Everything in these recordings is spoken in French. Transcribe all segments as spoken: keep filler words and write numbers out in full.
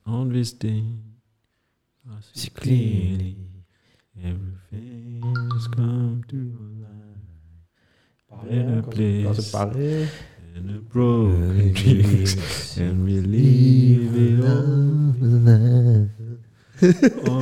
On this day, I see clearly everything's come to life. In a place, in a broken dream, and we leave it all.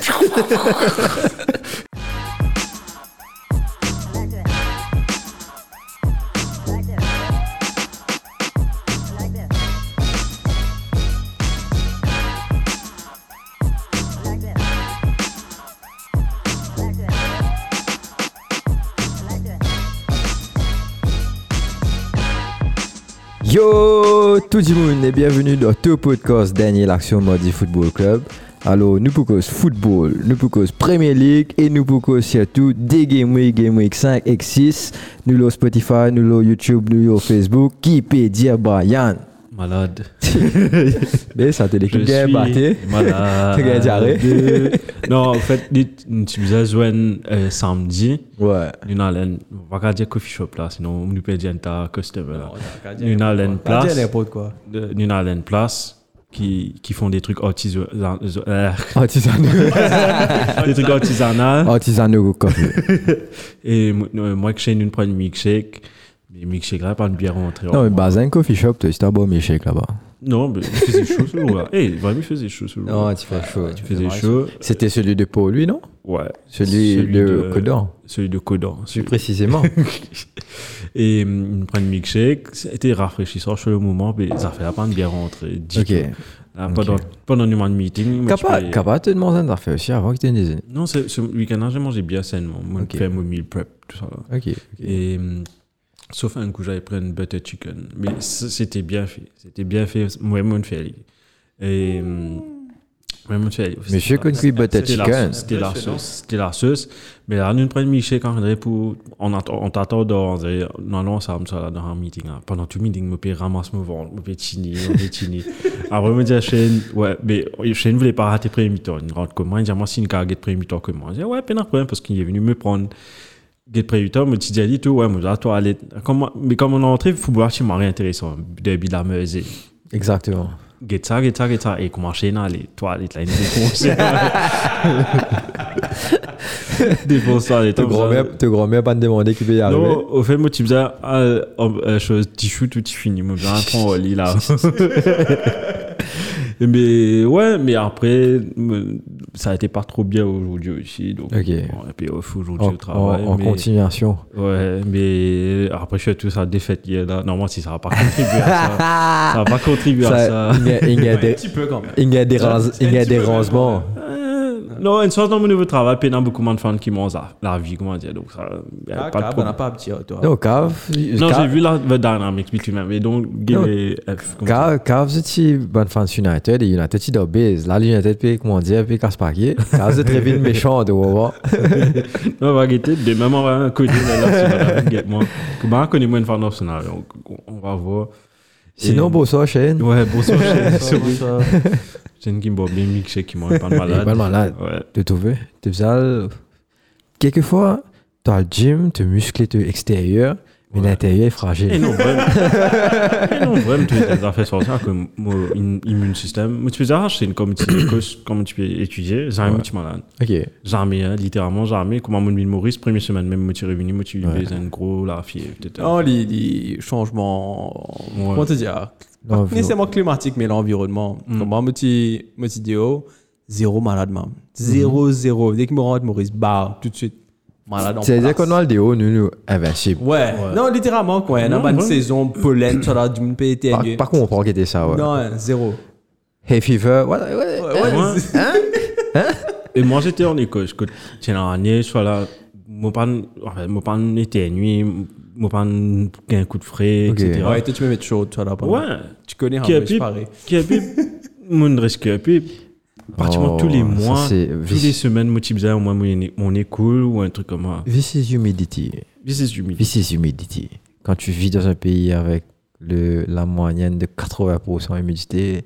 Yo tout le monde et bienvenue dans tout podcast Daniel Action Mardi Football Club. Alors nous pour cause football, nous pour cause Premier League et nous pour cause surtout des Game Week, Game Week cinq et six. Nous l'avons Spotify, nous l'avons YouTube, nous l'avons Facebook. Qui peut dire Brian? Malade. Mais ça t'es des coups de batté. Malade. T'es diarrhée. Non, en fait, tu faisais jouer samedi. Ouais. Nous allons, on va pas dire coffee shop là, sinon on nous peut dire un customer là. Nous allons place. n'importe quoi. Nous allons place qui qui font des trucs artisanaux. Artisanaux. Des trucs artisanaux. Artisanaux café. Et moi que j'ai une prendre milkshake. Mais milkshake là, pas une bière rentrée. Non, mais bazin coffee shop, tu as un bon milkshake là-bas. Non, mais il faisait chaud ce jour-là. Eh, vraiment, il faisait chaud ce jour-là. Non, tu fais chaud. Tu faisais chaud. C'était celui de Pau, lui, non? Ouais. Celui, celui de, de Codan. Celui de Codan. Plus précisément. Et il prend une milkshake. C'était rafraîchissant sur le moment, mais ça fait pas une bière rentrée. Ok. Là, pendant, okay. pendant une meeting. Capable de te demander un fait aussi avant que tu aies des. Non, ce week-end-là, j'ai mangé bien sainement. Moi, je fais mon meal prep, tout ça. Là. Ok. Et. Sauf un coup, j'avais pris une butter chicken. Mais c'était bien fait. C'était bien fait. Moi, mon fait. Et. Moi, mon fait. Monsieur Concuit butter chicken. C'était la sauce. C'était la sauce. Mais là, nous prenons milkshake quand pour. On t'attend dans. Non, non, ça me ça là dans un meeting. Pendant tout le meeting, je me ramasse mon ventre. Je me chini. Je me chini. Après, je me dis à Shane, ouais, mais Shane ne voulait pas rater le premier mi-temps. Il rentre comme moi. Il dit, moi, si une cargue de premier mi-temps comme moi. Je dis, ouais, pas de problème parce qu'il est venu me prendre. Get près du temps, me dit dit tout, ouais, moi, là, toi, allez. Mais comme on est entré, il faut voir si rien intéressant. Début de la meuse. Exactement. Get ça, get ça, get ça. Et comment chez nous, les toilettes, là, ils défoncent. Défonce ça, les toilettes. Te grand-mère pas te demander qui peut y arriver. Non, au fait, moi, tu me disais, ah, chose, tissu, tout, tu finis. Moi, je vais prendre au lit, là. Mais ouais, mais après, ça a été pas trop bien aujourd'hui aussi. Donc, okay. Bon, et puis off aujourd'hui en, au travail. En, en mais, continuation. Ouais, mais après, je suis tout ça défaite hier là. Normalement, si ça va pas contribuer à ça. Ça va pas contribuer ça, à ça. Il y a des, un petit peu quand même. Il y a des, il y a des rangements. Non, une sorte dans mon nouveau travail, puis il y a beaucoup de fans qui mangent la vie, comment dire. Donc, ça. Ah, pas on n'a pas un petit toi. Non, Cave. Non, j'ai vu la dynamique, puis tu m'as. Mais donc, Cave, Cave, c'est une bonne fan United, et United, c'est de base. Là, United, puis, comment dire, puis casse-paquet. Cave, c'est très vite méchant, de voir. Non, on va guetter, de même, on va connaître là, moi. Comment connaît-moi une fan d'Arsenal? On va voir. Sinon, beau ça, Shane. Ouais, beau ça, Shane. Shane qui me boit bien milkshake, qui mange pas de malade. Pas de malade. Ouais. Tu trouves? Tu faisais. Quelquefois, tu as le gym, tu muscles extérieur, mais ouais. L'intérieur est fragile. Et non, vraiment. Et non, vraiment, tu as fait sortir que mon immune système. Moi, tu faisais, ah, c'est comme tu peux étudier, jamais tu malade. Ok. Jamais, hein, littéralement, jamais. Comme à mon Maurice, première semaine, même, moi, tu es revenu, moi, tu faisais un gros, la fièvre, et cetera. Oh, les, les changements. Ouais. Comment te dire? Pas nécessairement climatique, mais l'environnement. Mm. Comme moi, petit vidéo, zéro malade, même. Zéro, mm-hmm. zéro. Dès que me rentre, Maurice, bah, tout de suite, malade en place. C'est-à-dire qu'on a le déo, nous, nous, invincible. Ouais. ouais. Non, littéralement, quoi. On a une saison pollen, ça a du monde pété. Par, par contre, on peut enquêter ça, ouais. Non, zéro. Hay fever, ouais, ouais. ouais, ouais. Hein? Hein? Et moi, j'étais en Écosse. Quand j'étais en année, je suis là, mon pan, mon pan était nuit. Moi, pas un coup de frais, okay. et cetera. Ouais, tu peux mettre chaud, tu vois là. Ouais. Tu connais un peu, pareil. Qui a pu, mon risque, et puis, pratiquement oh, tous les mois, toutes les semaines, moi, tu disais, moi, on est cool ou un truc comme ça. This is humidity. This is humidity. This is humidity. Quand tu vis dans un pays avec le, la moyenne de quatre-vingts pour cent d'humidité,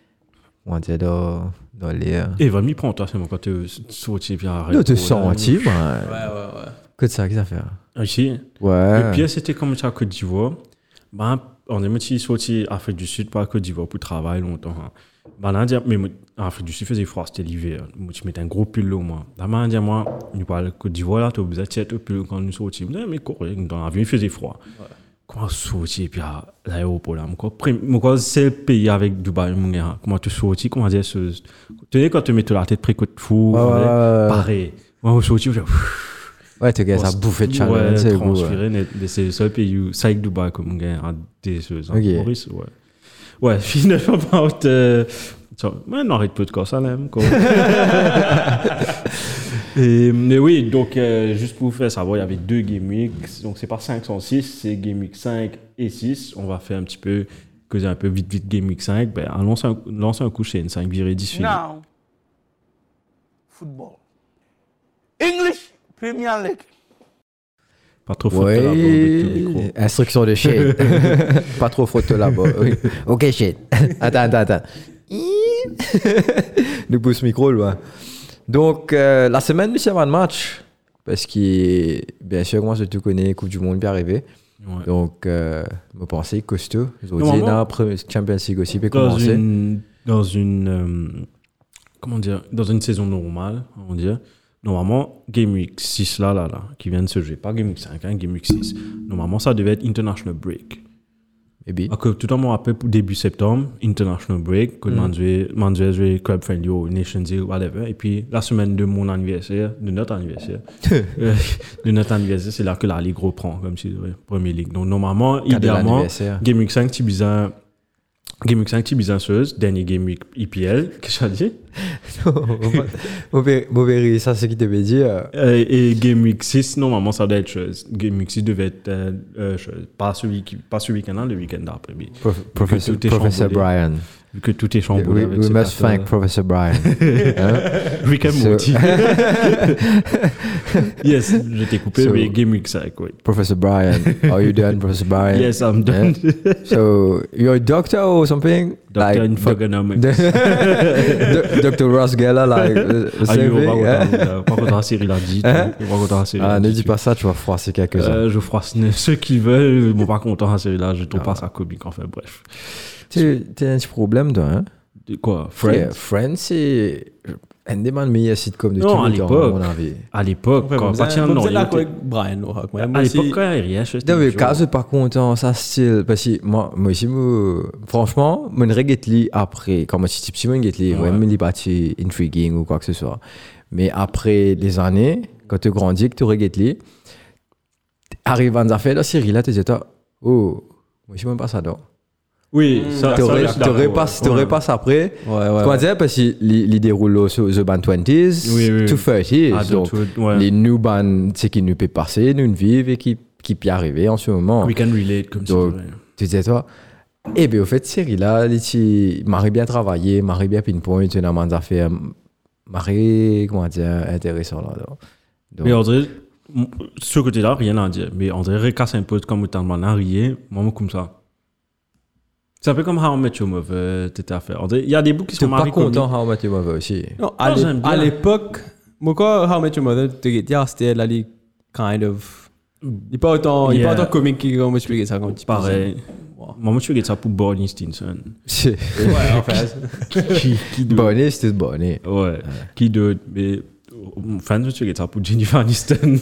on va dire dans, dans l'air. Et va m'y prendre, toi, c'est moi, quand tu sortis, puis arrête. Non, tu sens, ouais. Ouais, ouais, ouais. Que de ça, qu'est-ce que ça fait? Ici. Ouais. Et puis, c'était comme ça à Côte d'Ivoire. Ben, on est sorti Afrique du Sud, pas à Côte d'Ivoire, pour travailler longtemps. Hein. Bah, là, mais en Afrique du Sud, il faisait froid, c'était l'hiver. Tu mettais un gros pull au moins. Là, moi, moi, nous parle Côte d'Ivoire, là, tu as besoin de tirer pull quand nous sortions. Mais correct, dans l'avion, il faisait froid. Ouais. Comment sortir, puis à l'aéroport, là, moi, c'est le pays avec Dubaï, mon gars. Comment tu sortis, comment dire, tu sais, quand tu mets la tête près de fou, pareil. Moi, je sortis, je ouais, tu gars, ça bouffait de chaleur. Ouais, c'est transféré, c'est le seul pays où ça avec Dubaï, comme mon gars, a des choses. Maurice, ouais. Ouais, finalement, about. Euh, ouais, on arrête peu de ça, là, quoi. Et, mais oui, donc, euh, juste pour vous faire savoir, il y avait deux Game Week. Donc, c'est pas cinq cent six, c'est Game Week cinq et six. On va faire un petit peu, causer un peu vite, vite Game Week cinq. Ben, lance un, lance un coup chez N cinq, viré dix fini. Now, football. English Premier League. Pas trop faute oui. là-bas avec le micro. Instruction de shit. Pas trop faute là-bas. Oui. Ok, shit. Attends, attends, attends. Nous pousse micro, loin. Donc, euh, la semaine, il y a un match. Parce que, bien sûr, moi, je te connais, Coupe du Monde bien arrivé. Ouais. Donc, euh, je pensais costaud. Aujourd'hui, dans la Champions League aussi, peut commencer. Une, dans une. Euh, comment dire? Dans une saison normale, on va dire. Normalement, Game Week six, là, là, là, qui vient de se jouer, pas Game Week cinq, hein, Game Week six. Normalement, ça devait être International Break. Maybe. Okay, tout le monde rappelle pour début septembre, International Break, que mm. Mandué joué Club Friendly ou Nations League, whatever. Et puis, la semaine de mon anniversaire, de notre anniversaire, euh, de notre anniversaire, c'est là que la Ligue reprend, comme si ouais, Premier League. Donc, normalement, Cadre idéalement, Game Week cinq, tu bizarre. Game Week cinq, tu bizarre chose, dernier Game Week I P L, qu'est-ce que tu as dit? Mauvais, ça c'est ce qui devait dire. Euh, et Game Week six, normalement, ça doit être chose. Game Week six devait être euh, euh, chose. Pas ce week- pas ce week-end, le week-end d'après. Prof, professeur Professeur Brian. Vu que tout est chamboulé. We, we must thank Professor Brian. hein? Rick and Morty. Yes, je t'ai coupé, so, mais Game Week cinq, oui. Professor Brian, are you done, Professor Brian? Yes, I'm done. Yeah? So, you're a doctor or something? Doctor like, in Fugonomics. Doctor Ross Geller, like, the same thing. Pas contre la série, il a dit. Pas contre la série. Ah, ne dis pas ça, tu vas froisser quelques-uns. Euh, je froisse ceux qui veulent, mais pas content la série là, je trouve pas ça comique, enfin, bref. Tu as un petit problème, toi, hein? De quoi? Friends? Yeah, Friends, c'est un des meilleurs sitcoms de non, tous les temps, à mon avis. À l'époque, quand pas tiens, non. C'est là avec Brian. À l'époque, quand il y a rien, je sais. Non, mais quand je par contre, ça style, parce que moi, moi aussi, moi, franchement, je ne regarde pas après, quand moi, je suis petit, je ne regarde pas, même pas intriguing ou quoi que ce soit. Mais après les années, quand tu grandis, que tu regardes pas, arrive à faire la série là, tu dis, oh, moi, je ne sais même pas ça, donc. Oui, ça, tu repasses après. Ouais, ouais. Comment dire, parce qu'il déroule sur The Band vingt, oui, oui. To thirties. Ah, donc, ouais. Les new bands, c'est qui nous peut passer, nous vivent et qui, qui peut arriver en ce moment. We can relate comme donc, ça. Tu disais, toi, eh bien, au fait, série là, il m'a bien travaillé, m'a bien pinpoint, tu as des affaires, m'a comment dire, intéressant là. Donc, mais on dirait, ce côté-là, rien à dire. Mais on dirait, recasse un peu comme autant de rien, moi, comme ça. C'est un peu comme How I Met Your Mother, t'étais à faire. Il y a des bouts qui sont marqués. T'es pas content How I Met Your Mother aussi? Non, à, non, à l'époque, moi, quand How I Met Your Mother, c'était la ligue kind of. Il n'est pas autant, yeah. autant comique que moi, je peux ça comme petit peu. Pareil. Wow. Moi, je fais ça pour Barney Stinson. C'est. Ouais, en fait. qui, qui doit... Barney, c'était Barney. Ouais. ouais. Qui doit. Mais. Enfin, je fais ça pour Jennifer Aniston.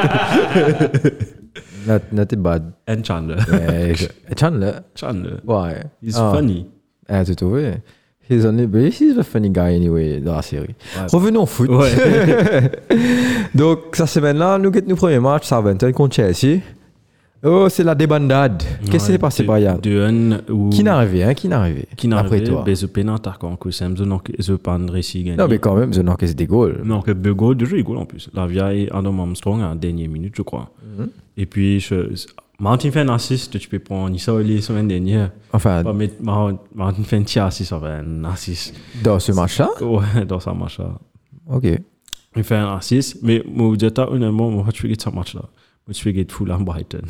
Not, not bad. And Chandler. Yeah, Chandler? Chandler. Why? He's oh. funny. Ah, tu trouves? He's only, but he's a funny guy anyway dans la série. Ouais. Revenons au foot. Ouais. Donc, cette semaine-là, nous avons nos premiers matchs, Southampton contre Chelsea. Oh, c'est la débandade. Qu'est-ce qui s'est passé, Brian? Qui n'est arrivé, hein? Qui n'est arrivé? Qui n'est arrivé? Après toi. Ben, je peux n'attaquer encore. C'est un peu je pas réussi gagner. Non, mais quand même, je n'ai que des goals. Non, que deux goals, deux jeux goals en plus. La vieille Adam Armstrong en dernière minute, je crois. Mm-hmm. Et puis, je, Martin fait un assist, tu peux prendre ça les semaines dernières. Enfin. Mais Martin fait un petit assist, enfin, un assist. Dans ce match-là? Ouais, dans ce match-là. Ok. Il fait un assist, mais moi, je dis honnêtement, moi, je fais ce match-là. Moi, je fais get full à Brighton.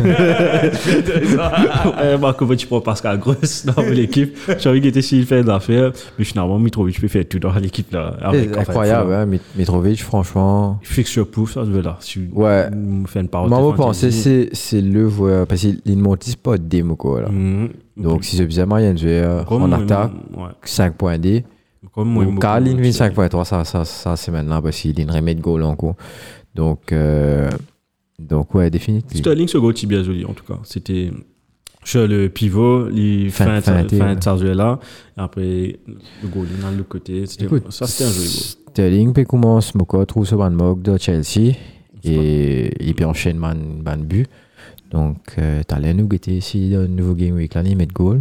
Marco, tu prends Pascal Gross dans l'équipe. J'ai envie qu'il était s'il fait d'affaires. Mais finalement, Mitrovic peut faire tout dans l'équipe. Là, avec, c'est incroyable, hein, Mitrovic, franchement. Fixture proof, ça se veut là. Si ouais. Vous faites une parole. Moi, je pense que c'est, c'est le joueur. Parce qu'il ne monte pas de démo, quoi. Là. Mm-hmm. Donc, si c'est bizarrement, il y a un joueur en attaque, ouais. cinq points D. Comme Carl, il vient cinq point trois, ça, ça, ça, c'est maintenant parce qu'il a une remède goal en cours. Donc, euh, donc, ouais, définitivement. Sterling, ce goal, bien joli, en tout cas. C'était sur le pivot, il fin, fin, fin, fin de sa joueur là. Et après, le goal, il est dans le côté. C'était, Écoute, ça, c'était un joli goal. Sterling, puis commence, Moko trouve ce ban mock de Chelsea. Et il peut enchaîner un but. Donc, euh, t'as l'air nous guetter ici dans le nouveau Game Week là, il met goal.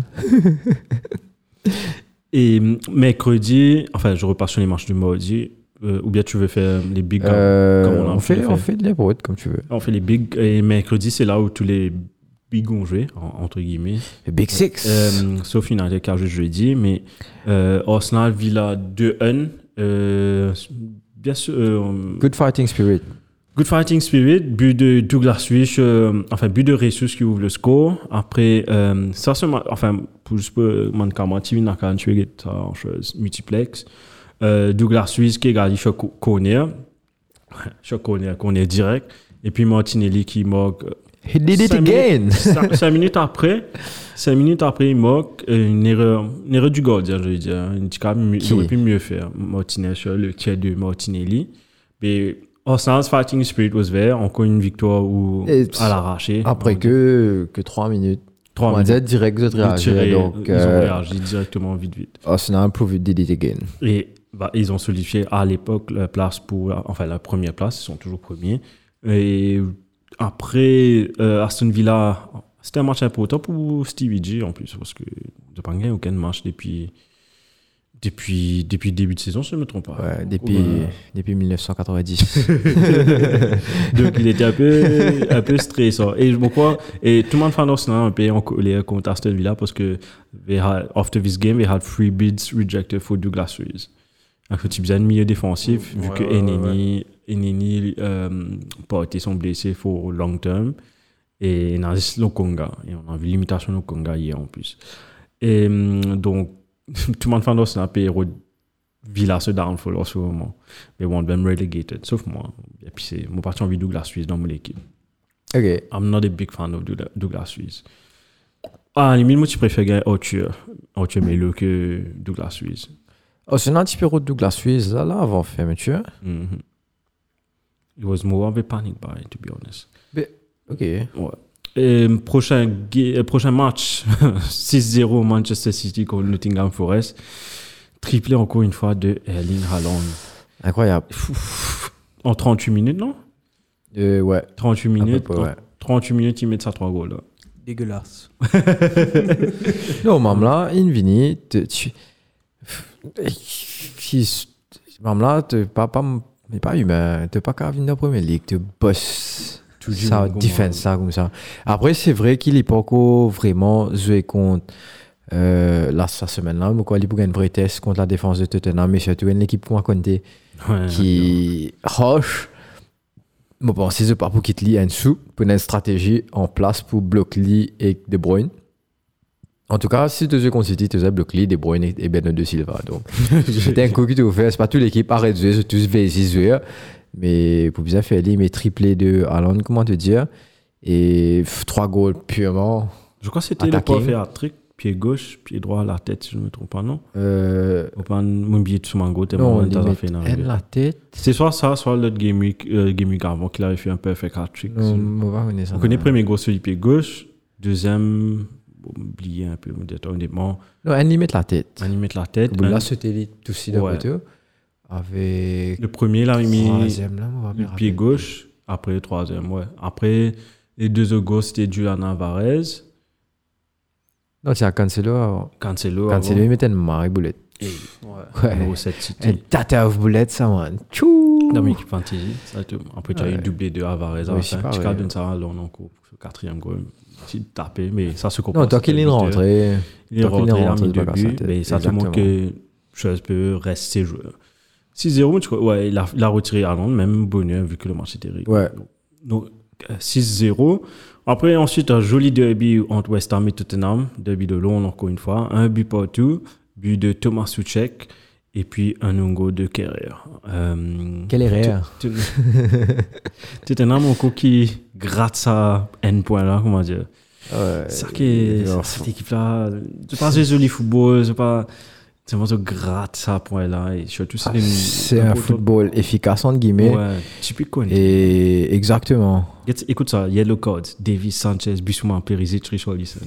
Et mercredi, enfin, je repasse sur les matchs du mardi. Euh, ou bien tu veux faire les big euh, comme on, a on fait, fait on fait les broads comme tu veux. On fait les big et mercredi c'est là où tous les big ont joué entre guillemets. Les big six. Euh, sauf United qui a joué jeudi, mais euh, Arsenal Villa deux un. Euh, bien sûr. Euh, Good fighting spirit. Good fighting spirit. But de Douglas Luiz, euh, enfin but de Jesus qui ouvre le score. Après euh, ça c'est enfin pour juste manquement T V n'a qu'à tuer ça en chose multiplex. Euh, Douglas Luiz qui égale sur corner, sur corner, corner direct, et puis Martinelli qui moque. He did it again. Cinq minutes après, cinq minutes après, il moque une erreur, une erreur du gardien, je veux dire. Il aurait pu mieux faire. Martinelli sur le tiers de Martinelli. Mais Arsenal's fighting spirit was there. Encore une victoire où à l'arraché. Après que que trois minutes. trois minutes. On direct de réagir. Donc ils euh, ont réagi directement vite vite. Arsenal proved it did it again. Et bah, ils ont solidifié à l'époque la place pour, enfin la première place, ils sont toujours premiers. Et après, euh, Aston Villa, c'était un match important pour Stevie G en plus, parce que de pas gagner aucun match depuis, depuis, depuis le début de saison, si je ne me trompe pas. Ouais, depuis, euh... depuis dix-neuf cent quatre-vingt-dix. Donc il était un peu, un peu stressant. Et je me crois, et tout le monde fan d'Arsenal un peu en colère contre Aston Villa parce que they had, after this game, they had three bids rejected for Douglas Luiz. Donc, tu as besoin de milieu défensif, vu ouais, que ouais, Eneni, ouais. Eneni euh, pas été sont blessés pour long term. Et il y a Lokonga. Et on a vu l'imitation de Lokonga hier en plus. Et donc, tout le monde fait dans ce pays, Villa se downfall en ce moment. Mais bon, même relegated, sauf moi. Et puis, c'est mon parti envie Douglas Luiz dans mon équipe. Ok. I'm not a big fan of Douglas Luiz. Ah, à la limite, moi, je préfère Arthur. Arthur Melo que Douglas Luiz. Oh, c'est un petit peu de Douglas Luiz, là, là, avant fermeture. Mm-hmm. It was more of a panic buy, to be honest. Mais, ok. Ouais. Et, prochain, prochain match, six zéro Manchester City contre Nottingham Forest. Triplé encore une fois de Erling Haaland. Incroyable. En trente-huit minutes, non euh, Ouais. trente-huit minutes. Peu, ouais. trente-huit minutes, il met ça trois goals, là. Dégueulasse. Non, même là, Invini, tu... Même là, tu n'es pas, pas, pas humain, tu n'es pas qu'à venir dans la première ligue, tu bosses ça, défense, ça, comme ça. Après, c'est vrai qu'il n'est pas encore vraiment joué contre euh, la semaine-là, mais quoi, il a une vraie test contre la défense de Tottenham, mais surtout une équipe qu'on a compté qui roche. Je pense que c'est pas pour qu'il lit en dessous, pour une stratégie en place pour bloquer et De Bruyne. En tout cas, si tu as constitué, tu as bloqué De Bruyne et Bernardo Silva. Donc, c'était un coup que tu as fait. C'est pas toute l'équipe arrête de jouer, c'est tous V six joueurs. Mais pour bien faire, il met triplé de Haaland, comment te dire. Et trois goals purement. Je crois que c'était le pas fait hat-trick, pied gauche, pied droit à la tête, si je ne me trompe pas, non euh, Ou pas mon billet de Soumango, t'es bon, il met fait la tête. C'est soit ça, soit l'autre game week, euh, game week avant qu'il avait fait un perfect hat-trick. Non, on va connaître ça. On connaît le premier goal sur le pied gauche, deuxième. Oublier un peu, honnêtement. Non, elle y met la tête. Elle y met la tête. Bon, là, c'était tout aussi de côté. Avec. Le premier, là, il met là, le pied gauche. Après, le troisième, ouais. Après, les deux autres gauches, c'était Julian Alvarez. Non, c'est à Cancelo. Cancelo. Cancelo, il mettait une marque boulette. Et, ouais. ouais. Un tata of bullet, ça, man. Tchou! Dans l'équipe fantasy. Après, tu as eu doublé de Alvarez. Oui, tu as donné ça à l'on quatrième goal. Si tapé, mais ça se comprend. Non, tant qu'il est rentré. Il est rentré à mi début, mais ça te montre que chose peut rester joueur. six zéro, tu vois, ouais, il a, il a retiré Haaland, même bonheur vu que le match était réglé. Ouais. Donc, six zéro. Après, ensuite, un joli derby entre West Ham et Tottenham. Derby de Londres, encore une fois. Un but partout. But de Thomas Souček. Et puis, un ongo de Kerrer. Euh, Quelle erreur. Tottenham, encore qui gratte ça N point là, comment dire. Ouais, c'est ça qui est. Cette équipe-là, c'est pas un joli football, c'est pas. C'est vraiment ça gratte ça point là. Et surtout, c'est, ah, c'est un football efficace, entre guillemets. Ouais, typique quoi. Et exactement. Écoute ça, Yellow Cards, Davis, Sanchez, Bissouma, Perisic, Richarlison.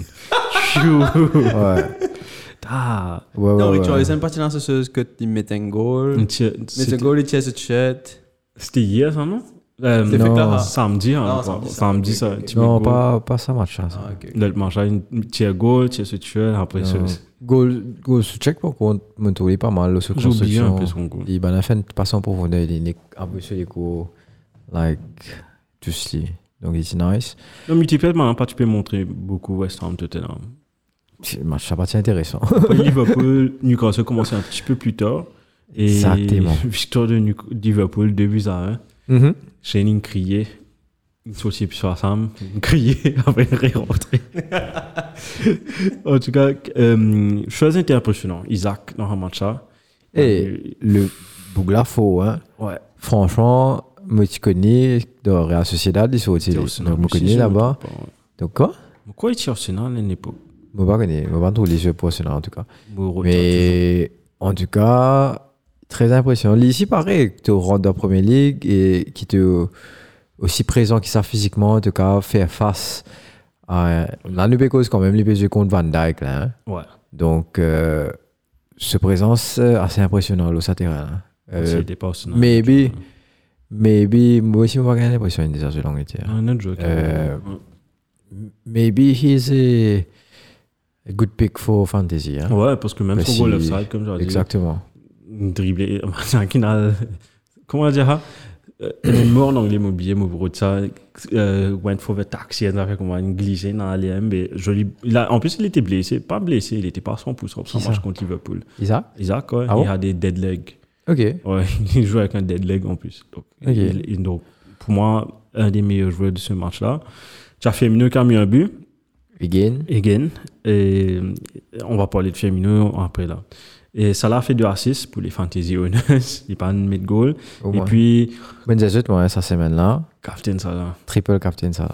Ouais. Ah. Ouais, non, ouais, Richarlison, ouais. Parti dans ce sens que tu mets un goal. Mets un goal, il tient ce chat. C'était hier, ça, non? Euh, C'était non, là, samedi, hein, non, samedi, samedi, ça. Non, pas, pas ça match là. Ah, okay. Le match là, il tient goal, il tient ce tueur, après ce. Goal, goal ce check par contre, mon tour est pas mal, le j'ai oublié un peu son goal. Il a fait passer en profondeur, il est un peu sur les coups, like, tout cela. Donc, il est nice. Non, multiplairement, pas tu peux montrer beaucoup West Ham, Tottenham. Le match, ça partie intéressant. Liverpool, Newcastle commençait un petit peu plus tard. Et exactement. Victoire de New- Liverpool, deux buts à un. Mm-hmm. Shane criait. Il s'est aussi sur Sam. Il criait après il rentré. En tout cas, euh, chose était impressionnant. Isaac dans un match là. Et euh, le Bougla faux, hein. Ouais. Franchement, moi je connais de Real Sociedad, ils sont aussi. Donc, je connais là-bas. Donc, quoi? Pourquoi il tire Arsenal à l'époque? Je ne sais pas, je ne sais pas tous les jeux pour Arsenal en tout cas. Mais en tout cas, très impressionnant. Ici, pareil, tu rentres dans la Premier League et qui te aussi présent qui savent physiquement, en tout cas, faire face à. Là, nous cause quand même les P S G contre Van Dijk. Là, hein. Ouais. Donc, euh, ce présence assez impressionnant au terrain. Euh, C'était pas Arsenal. Maybe, maybe, moi aussi, je n'ai pas l'impression qu'il y a des langues. Un autre jeu. Euh, maybe he's a. A good pick for fantasy. Hein? Ouais, parce que même parce son goal offside, comme j'ai dit. Exactement. Dribblé. Comment dire ça? Il est mort dans l'immobilier, mon gros de ça. Went for the taxi, il a fait comment une glissée dans l'A M. En plus, il était blessé. Pas blessé, il était pas à cent pour cent. Ça marche contre Liverpool. Isaac? Isaac, ouais. Ah il bon? a des dead legs. Ok. Ouais, il joue avec un dead leg en plus. Donc, okay. il, il, donc pour moi, un des meilleurs joueurs de ce match-là. Tu as Firmino qui a mis un but. Again. Again. Et on va parler de Firmino après là. Et Salah a fait deux assists pour les fantasy owners. Il n'a pas mis de goal. Au et moins. Puis. Benzazut, moi, ça semaine-là. Captain Salah. Triple Captain Salah.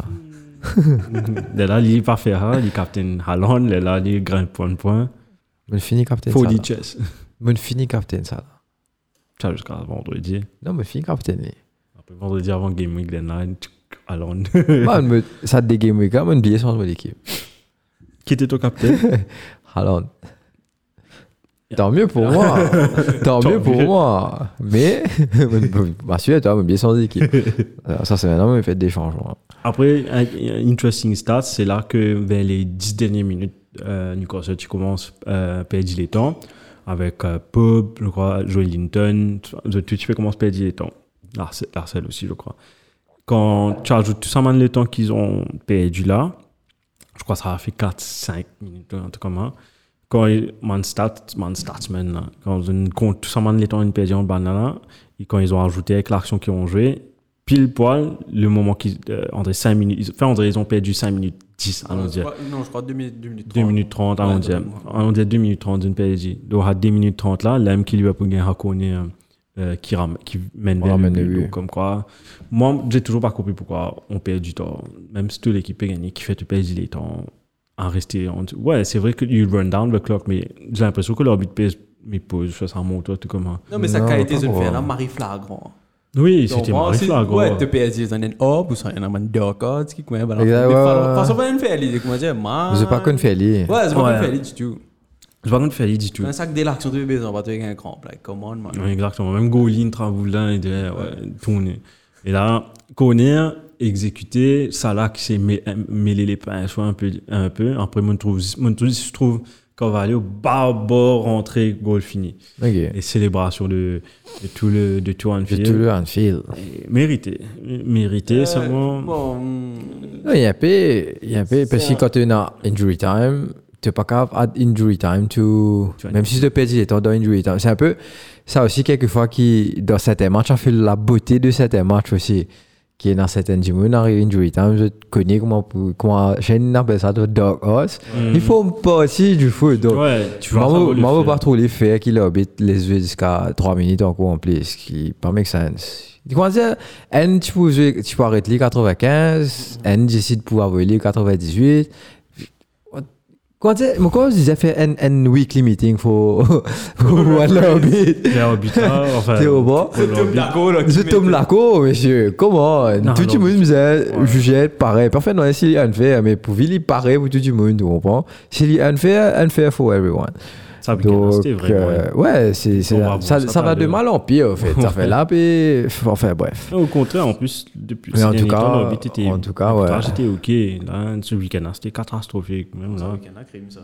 Là, il n'est pas fait ça. Il est Captain Haaland. Là, il est grand point de point. Mon fini Captain Salah. Salah. Faut dire chess. Mon fini Captain Salah. Ça jusqu'à vendredi. Non, mon fini Captain. Après vendredi avant Game Week, là, Haaland. Man, ça des Game Week, on oublie son l'équipe. Qui était ton capitaine? Haaland. Tant mieux pour moi. Tant mieux pour moi. Mais, bah, celui-là, tu as oublié son équipe. Ça, c'est maintenant, on fait des changements. Après, un interesting stat, c'est là que vers les dix dernières minutes, euh, Newcastle, tu commences à euh, perdre les temps. Avec euh, Pope, je crois, Joel Linton, tu, tu fais commencer à perdre les temps. Arcel aussi, je crois. Quand tu ajoutes tout ça, les temps qu'ils ont perdu là, je crois que ça a fait quatre cinq minutes, un truc comme ça. Quand man stat, man statsman, là, quand on compte tout ça, les temps qu'ils ont perdu en banana, et quand ils ont ajouté avec l'action qu'ils ont joué, pile poil, le moment qu'ils. Euh, André, cinq minutes. Enfin, André, ils ont perdu cinq minutes dix, allons dire. Non, je crois deux minutes trente. deux minutes trente, allons dire. Allons dire deux minutes trente d'une P S G. Donc, à deux minutes trente là, l'M qui lui a pour gagner à connaître. Euh, qui, ram- qui mène vers le but. Donc, comme quoi, moi, j'ai toujours pas compris pourquoi on perd du temps. Même si toute l'équipe est gagnée, qui fait te perdre du temps en rester. En... Ouais, c'est vrai que you run down the clock, mais j'ai l'impression que leur but pèse mes pauses, ça s'en monte, tout comme ça. Non, mais ça a été une fait là, Marie Flagrant. Oui, c'était Marie Flagrant. Ouais, te P S G, ils ont un hop, ou ça, il y en a un deux cards qui coin. Pas ça va une faire, comment dire, man. Je sais pas qu'on fait aller. Ouais, c'est pas qu'on fait aller du tout. Je ne vais pas faire du tout. C'est un sac de l'action de bébé, on va te faire un cramp. Like, come on, man. Oui, exactement. Même Golin, Travoulin, il devait ouais, tourner. Et là, Conner, exécuté, Salah qui s'est mêlé les pinceaux un peu. Un peu. Après, je trouve, je trouve Carvalho, barbare, rentrée, goal fini. Okay. Et célébration de, de tout le de tout Anfield. De tout le Anfield. Et mérité. Mérité, euh, seulement. Bon. Il y a un peu, il y a un peu, parce que quand tu es dans injury time, tu n'es pas capable d'add injury time to. Même si tu perds les temps dans injury time. C'est un peu ça aussi, quelquefois, qui, dans certains matchs, on fait la beauté de certains matchs aussi. qui est dans certaines gyms, dans injury time, je connais comment, comment, j'ai appelle ça de dog horse. Mm. Il faut pas aussi du foot. Donc, ouais, tu vois, moi, je ne veux pas trop les faire qu'il habite les yeux jusqu'à trois minutes en cours en plus, ce qui pas make sense. Comment dire, N, tu peux jouer, tu peux arrêter les quatre-vingt-quinze, N, décide de pouvoir voler quatre-vingt-dix-huit. Comment dire, moi, quand je disais faire un, un weekly meeting pour voir l'orbite. C'est arbitraire, enfin. C'est au bas. Je tombe l'accord, monsieur. Comment? Tout le monde me jugeait pareil. Parfait, non, s'il y a un fait, mais pour lui, pareil pour tout le monde, tu comprends? S'il y a un fait, un fait for everyone. Ça, donc, c'était vrai. Euh, ouais, c'est, c'est, bon, ça, ça, ça va de mal en pire, en fait. Ça fait là, puis. Enfin, bref. Au contraire, en plus, depuis mais en tout cas, temps, était, en tout cas, ouais. J'étais OK. Là, ce week-end, c'était catastrophique. Même là. Ce week-end, crime, ça.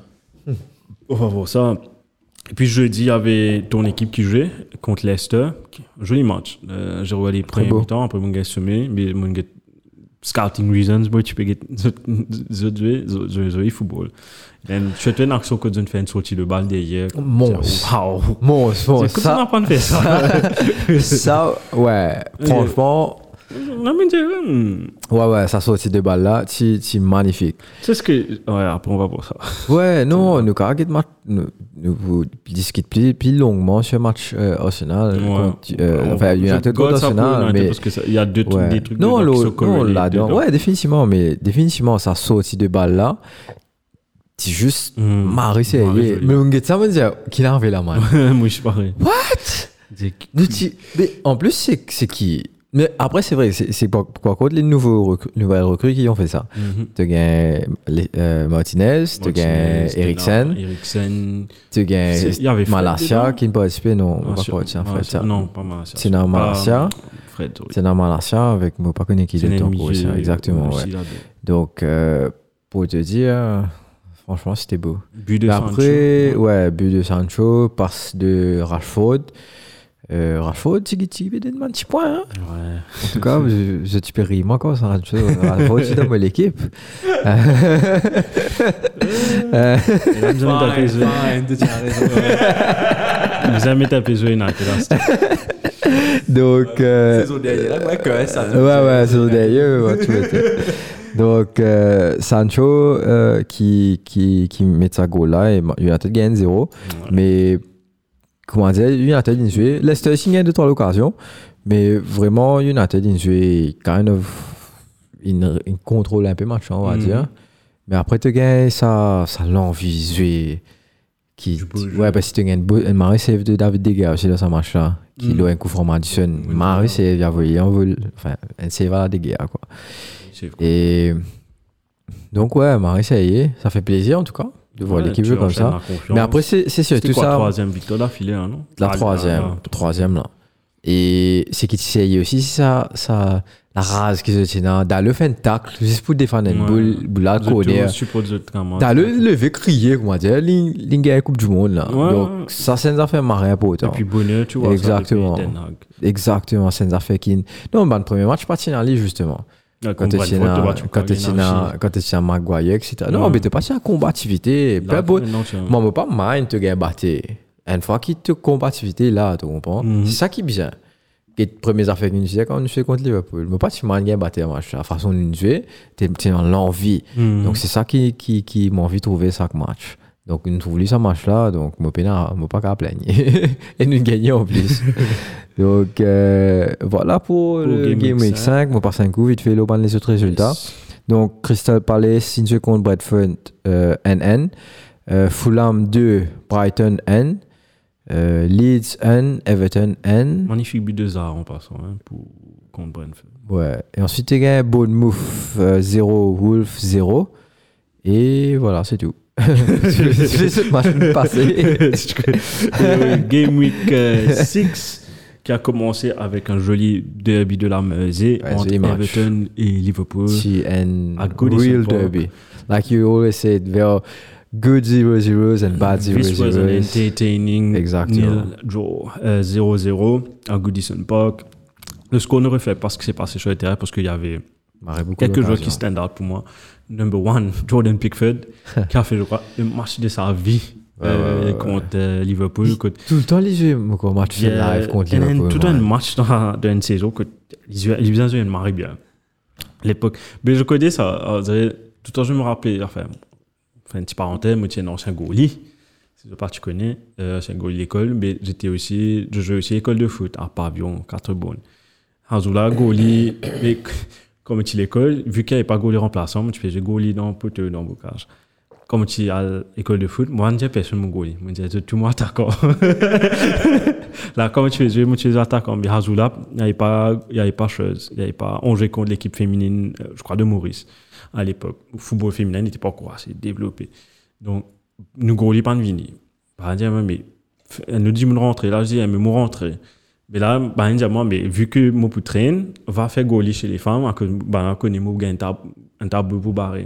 On va voir ça. Et puis, jeudi, il y avait ton équipe qui jouait contre Leicester. Joli match. Euh, j'ai regardé les premiers temps, après, mon gars semé. Mais mon gars, scouting reasons, boy, tu peux jouer, jouer, jouer football. Et je fais une action que tu fais une sortie de balle derrière. Monstre. Wow. Monstre. Monstre. Ça n'a pas de faire ça. Ça, ouais. Franchement. Non, mais hmm. Ouais, ouais, ça sortie de balle là, c'est magnifique. C'est ce que. Ouais, après, on va voir ça. Ouais, non, nous, quand nous, nous discutons plus, plus longuement sur le match euh, Arsenal. Ouais. Contre, euh, enfin, United contre Arsenal. Mais parce qu'il y a deux, ouais. des trucs non, de le, qui sont non, là-dedans. Ouais, définitivement, mais définitivement, ça sortie de balle là. C'est juste mmh. Marie, c'est mais on get ça me dire qu'il a enlevé la main. Moi, je suis pareil. What? Mais en plus, c'est, c'est qui? Mais après, c'est vrai, c'est, c'est pourquoi contre les nouveaux recrues, nouvelles recrues qui ont fait ça. Mm-hmm. Tu gagnes euh, Martinez, tu gagnes Eriksen, tu gagnes Malacia qui ne participe, non, ah, pas Fred, c'est un Fred. Ça. Non, pas Malacia. C'est dans Malacia. Fred, oui. C'est dans Malacia avec moi, pas connu qui est de temps pour ça. Exactement, ouais. Donc, euh, pour te dire, franchement, c'était beau. But de Après, Sancho. ouais, but de Sancho, passe de Rashford. Euh, Rashford, tu peux donner un petit point. Hein? Ouais. En tout cas, je, je te peux rire encore ça. Rashford, c'est dans l'équipe. Vous avez tapé jouer une Donc. C'est au derrière, ouais, que ça. Ouais, ouais, c'est au derrière, ouais, tu vois. Donc, euh, Sancho euh, qui, qui, qui met sa goal là, et il a peut-être gagné zéro. Ouais. Mais, comment dire, United a joué. Leicester a gagné deux trois occasions, mais vraiment, United a joué kind of. Il, il contrôle un peu le match, on va mm-hmm. dire. Mais après, tu gagnes ça, ça l'envie de jouer. Qui, ouais, parce que tu gagnes un maré save de David De Gea aussi dans ce match là, qui mm. a un coup franc Madison. Mm. Maré save, il y avait un vol, enfin, un save à De Gea, quoi. Et donc, ouais, Marie, ça y est, ça fait plaisir en tout cas de voir ouais, l'équipe jouer comme ça. Mais après, c'est, c'est surtout C'était quoi, ça. La troisième victoire d'affilée, hein, non? La ah, troisième, là, là. troisième là. Et c'est qui s'est aussi, ça, ça, la rase qui se tient dans le fait un tacle, juste pour défendre une boule, boule à corner. Dans le lever, crier, comment dire, l'ing est Coupe du Monde là. Ouais, donc, ouais. ça, c'est une affaire marée important. Et puis, bonheur, tu vois. Exactement. Ça, Exactement, c'est une affaire qui. Non, bah, le premier match, pas en ligne justement. Quand tu es à Maguire, et cetera. Non, mais tu n'es pas en combativité. Moi, je ne veux pas mind te gagner battre. Une fois qu'il te combativité là, tu comprends? Mm-hmm. C'est ça qui est bien. Les premières affaires que nous faisons quand nous faisons contre Liverpool. Je ne veux pas te gagner battre un match. La façon dont nous jouons, tu es dans l'envie. Mm-hmm. Donc, c'est ça qui, qui, qui m'a envie de trouver chaque match. Donc, nous trouvons ce match-là, donc je ne peux pas qu'à plaindre. Et nous gagnons en plus. Donc, euh, voilà pour, pour le Game Week cinq. Je passe un coup, vite fait, l'autre les autres résultats. Yes. Donc, Crystal Palace, Sinjo contre Bradford, euh, N N. Euh, Fulham deux, Brighton N. Euh, Leeds N, Everton N. Magnifique but de Zaha en passant hein, pour, contre Brentford. Ouais. Et ensuite, il y a Bournemouth euh, zéro, Wolves zéro. Et voilà, c'est tout. C'est ce match passé. Game Week six qui a commencé avec un joli derby de la Mersey ouais, entre Everton et Liverpool. C'est un real derby. Like you always said, there are good zero zeros and bad zero zeros. This was an entertaining exactly. nil draw uh, zéro zéro à Goodison Park. Le score ne reflète pas ce qui s'est passé sur le terrain parce qu'il y avait quelques joueurs qui stand out pour moi. Number one, Jordan Pickford, qui a fait, je crois, le match de sa vie. euh, euh, contre euh, Liverpool. Contre... Tout le temps, les jeux, mon match yeah, live contre Liverpool. Tout un match dans, dans une saison que les gens ils marient bien. L'époque. Mais je connais ça. Alors, tout le temps, je me rappelais, enfin, enfin une petite parenthèse, moi, j'étais un ancien goalie. C'est de part tu connais, euh, c'est un goalie d'école, mais j'étais aussi, je jouais aussi à l'école de foot, à Pavillon, quatre bonnes. Hazoula, goalie, mais comme tu l'école, vu qu'il n'y avait pas goalie remplaçant, tu faisais goalie dans le poteau, dans le bocage. Comme tu es à l'école de foot, moi, je ne disais personne mon goalie. Moi, je disais tout le monde attaquant. Là, comme tu faisais, moi, tu faisais attaquant. Mais Hazoula, il n'y avait pas, il n'y avait pas chose. Il n'y avait pas, on jouait contre l'équipe féminine, je crois, de Maurice, à l'époque. Le football féminin n'était pas encore assez développé. Donc, nous goalie pas de vini. Bah, dire, mais, elle nous dit, nous rentrer. Là, je dis, mais nous rentrer. Mais là, bah, elle dit, moi, mais vu que mon traîne, va faire goalie chez les femmes, que, bah, connaît, moi, un tabou pour barrer.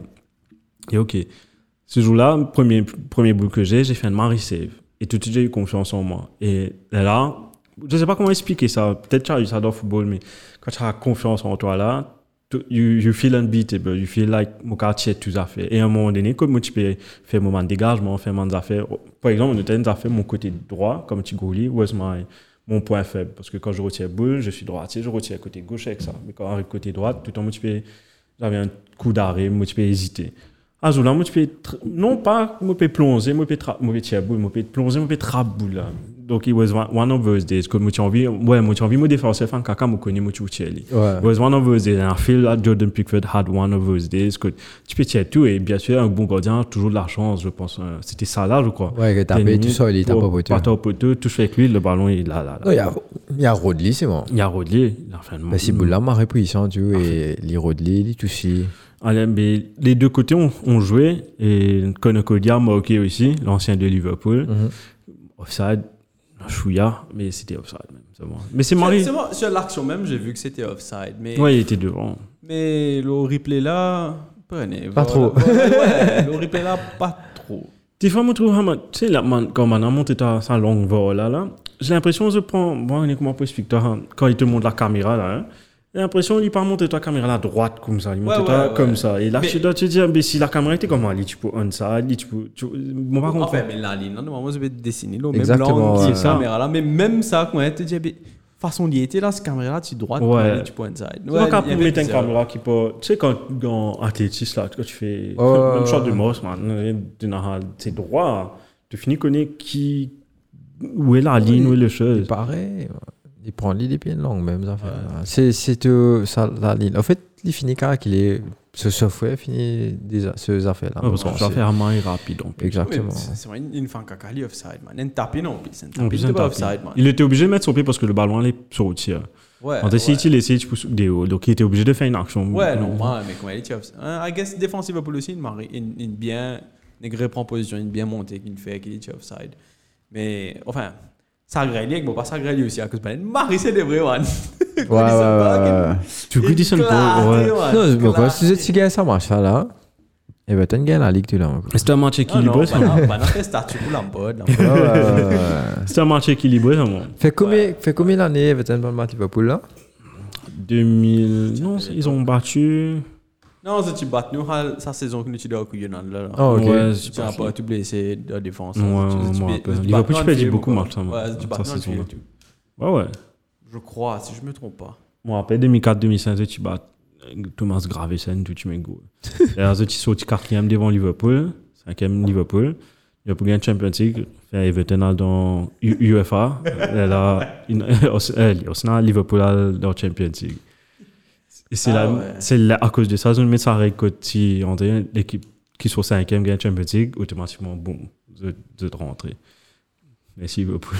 Et ok. Ce jour-là, premier, premier bout que j'ai, j'ai fait un Mary Save. Et tout de suite, j'ai eu confiance en moi. Et là, je ne sais pas comment expliquer ça. Peut-être que tu as eu ça dans le football, mais quand tu as confiance en toi là, you, you feel unbeatable. You feel like mon quartier tout à fait. Et à un moment donné, comme tu peux faire un moment de dégagement, faire un moment d'affaires. Par exemple, on a fait mon côté droit, comme tu goalie, où est-ce mon point faible. Parce que quand je retire boule, je suis droitier, je retire côté gauche avec ça. Mais quand j'arrive côté droit, tout le temps, tu peux, j'avais un coup d'arrêt, moi, tu peux hésiter. Ah, là, moi, tu peux, non pas, moi, peux plonger, moi, peux tra- moi, tirer boule, moi, peux plonger, moi, peux trapper là. Donc, it was one of those days. Quand moi, tu as envie, ouais, moi, tu as envie, moi, défenseur, faire un caca, moi, connais, moi, tu tirer. It was one of those days. And I feel that Jordan Pickford had one of those days. Que tu peux tirer tout, et bien sûr, un bon gardien, toujours de la chance, je pense. C'était ça, là, je crois. Ouais, que t'as payé tout seul, il t'a pas poteau. Pas top poteau, tout fait avec lui, le ballon, il là, là. Non, il y a, il y a Rodley, c'est bon. Il y a Rodley, enfin, mais c'est boule là, marre puissant, tu vois, et les Rodley, les touchés. Allez, mais les deux côtés ont, ont joué et Conor Cody a marqué aussi, l'ancien de Liverpool. Mm-hmm. Offside, chouïa, mais c'était offside même. C'est bon. Mais c'est Marie. C'est moi, sur l'action même, j'ai vu que c'était offside. Mais... Ouais, il était devant. Mais le replay là, prenez. Pas voilà, trop. Ouais, le replay là, pas trop. Des fois, je trouve, tu sais, là, quand on a monté sa longue vol là, là, j'ai l'impression que je prends, bon, comment on peut expliquer, quand il te montre la caméra là, hein, j'ai l'impression qu'il n'est pas monté ta caméra à droite comme ça, il monte ouais, toi ouais, comme ouais. ça. Et là, mais... tu dois te dire, mais si la caméra était comme ça, tu peux onside, tu peux. Tu... Bon, par contre. Enfin, mais la ligne, normalement, je vais dessiner là, même l'angle de cette caméra là, mais même ça, quand tu te dis, façon d'y être là, cette caméra là, tu droite, ouais. tu peux onside. Ouais, quand tu mets une caméra qui peut. Tu sais, quand en athlétisme là, quand tu fais. Oh, même shot de mouse, c'est droit. Tu finis connaître qui. Où est la ligne, où est le chose. Pareil. Il prend les pieds longs même ça fait. Ouais. C'est c'est euh, ça la ligne. En fait, il finit car qu'il est ce software finit des ces affaires là. Ouais, parce que ça fait vraiment rapide donc. Exactement. C'est vrai une fin caca li offside man. Un tapis non, c'est un tapis pas offside man. Il était obligé de mettre son pied parce que le ballon allait sur le tir. Ouais. On essayé il essayé de pousser des hauts donc il était obligé de faire une action. Ouais, normal mais quand il est offside. I guess défensive pour aussi une une bien Négré prend position, une bien montée qu'il fait qu'il est offside. Mais enfin ça grêle, bon pas ça grêle aussi à cause de Marie c'est des vrais man. Ouais ouais ouais. Tu peux dire ça ouais. Non, c'est pourquoi si tu gagnes ça marche là. Et ben tu gagnes la ligue tu là. C'est un match équilibré ça. Non, pas notre statut pour l'Ampod. C'est un match équilibré ça moi. Fait combien fait combien d'années Everton dans le match Liverpool là deux mille non, ils ont battu non, c'est tu battu nous sa saison que nous tu dois accueillir là là. Oh OK. Ouais, tu as pas tu blessé de défense. Ouais, moi Liverpool tu perds beaucoup de matchs ça. Ouais, tu battu saison. Ouais ouais. Je crois si je me trompe pas. Moi après deux mille quatre deux mille cinq tu bats Thomas Gravesen tout tu mets goal. Et là tu sorti quatrième devant Liverpool, cinquième Liverpool. Liverpool gagne Champions League, fait Everton dans U F A. Et là Arsenal Liverpool dans Champions League. Et c'est, ah là, ouais. c'est là, à cause de ça, je me mets ça avec si on dit l'équipe qui soit cinquième gagne Champions League, automatiquement, boum, je je rentrer. Merci Liverpool.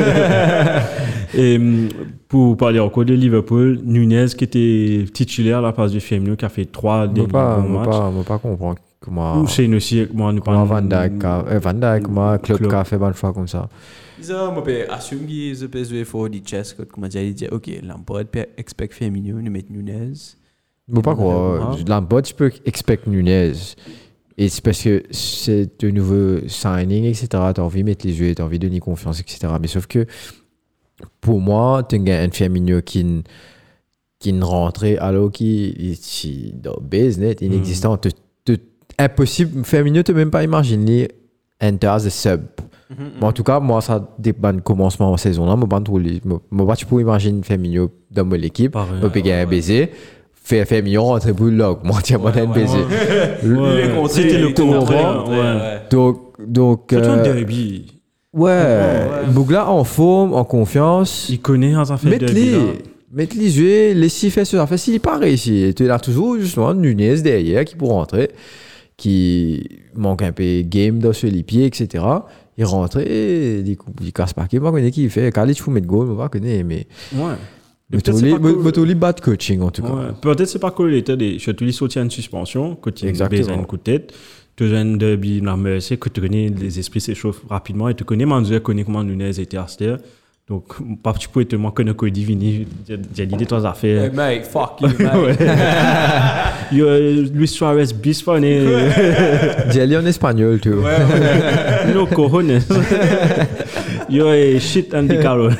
Et pour parler encore de Liverpool, Nunez qui était titulaire à la place de Firmino qui a fait trois derniers bons matchs. Je ne peux pas comprendre comment. C'est une aussi, moi, nous parlons. Van Dijk, Van Dijk, comment Klopp qui a fait bonne fois comme ça. Ça, moi, je assume que ce P S V faut dire chess, comme j'ai dit, ok, Lampard peut expect Firmino, nous mettre Nunez. Je ne peux pas croire. Lampard, tu peux expect Nunez. Et c'est parce que c'est un nouveau signing, et cetera. Tu as envie de mettre les jeux, tu as envie de donner confiance, et cetera. Mais sauf que, pour moi, tu as un Firmino qui qui rentrait alors qu'il est dans business, inexistant. Mm. Impossible. Firmino, tu ne peux même pas imaginer enter as a sub. Mm-hmm. Mais en tout cas, moi, ça dépend du commencement de saison là. Moi, tu peux imaginer Firmino dans mon équipe, je peux gagner un baiser. Faire Firmino rentrer pour le log. Moi, tiens, moi, un baiser. C'était le contraire. Donc, donc. C'est un derby. Ouais. Bougla en forme, en confiance. Il connaît un affaire de derby. Mettre les yeux, les six fait sur la s'il n'est pas réussi. Tu as toujours justement Nunez derrière qui pour rentrer, qui manque un peu game dans sur les pieds, et cetera. Il rentre et il casse pas. Je ne connais pas qui il fait. Quand il faut mettre goal, je ne connais pas. Mais ouais. Mais tu as bad coaching en tout cas. Ouais. Peut-être c'est pas que l'état des. Je te dis soutien de suspension, que tu as besoin un coup de tête. Tu as un derby, c'est que tu connais les esprits s'échauffent rapidement et tu connais Manzouer, tu connais comment Nunez était Aster. Donc, pas tu peux te manquer de Cody Vini, j'ai dit des trois affaires. Hey mate, fuck you, mate. Yo, Luis Suarez, bis funny. J'ai lu en espagnol, tu vois. No cojones. Yo, shit Andy Carroll.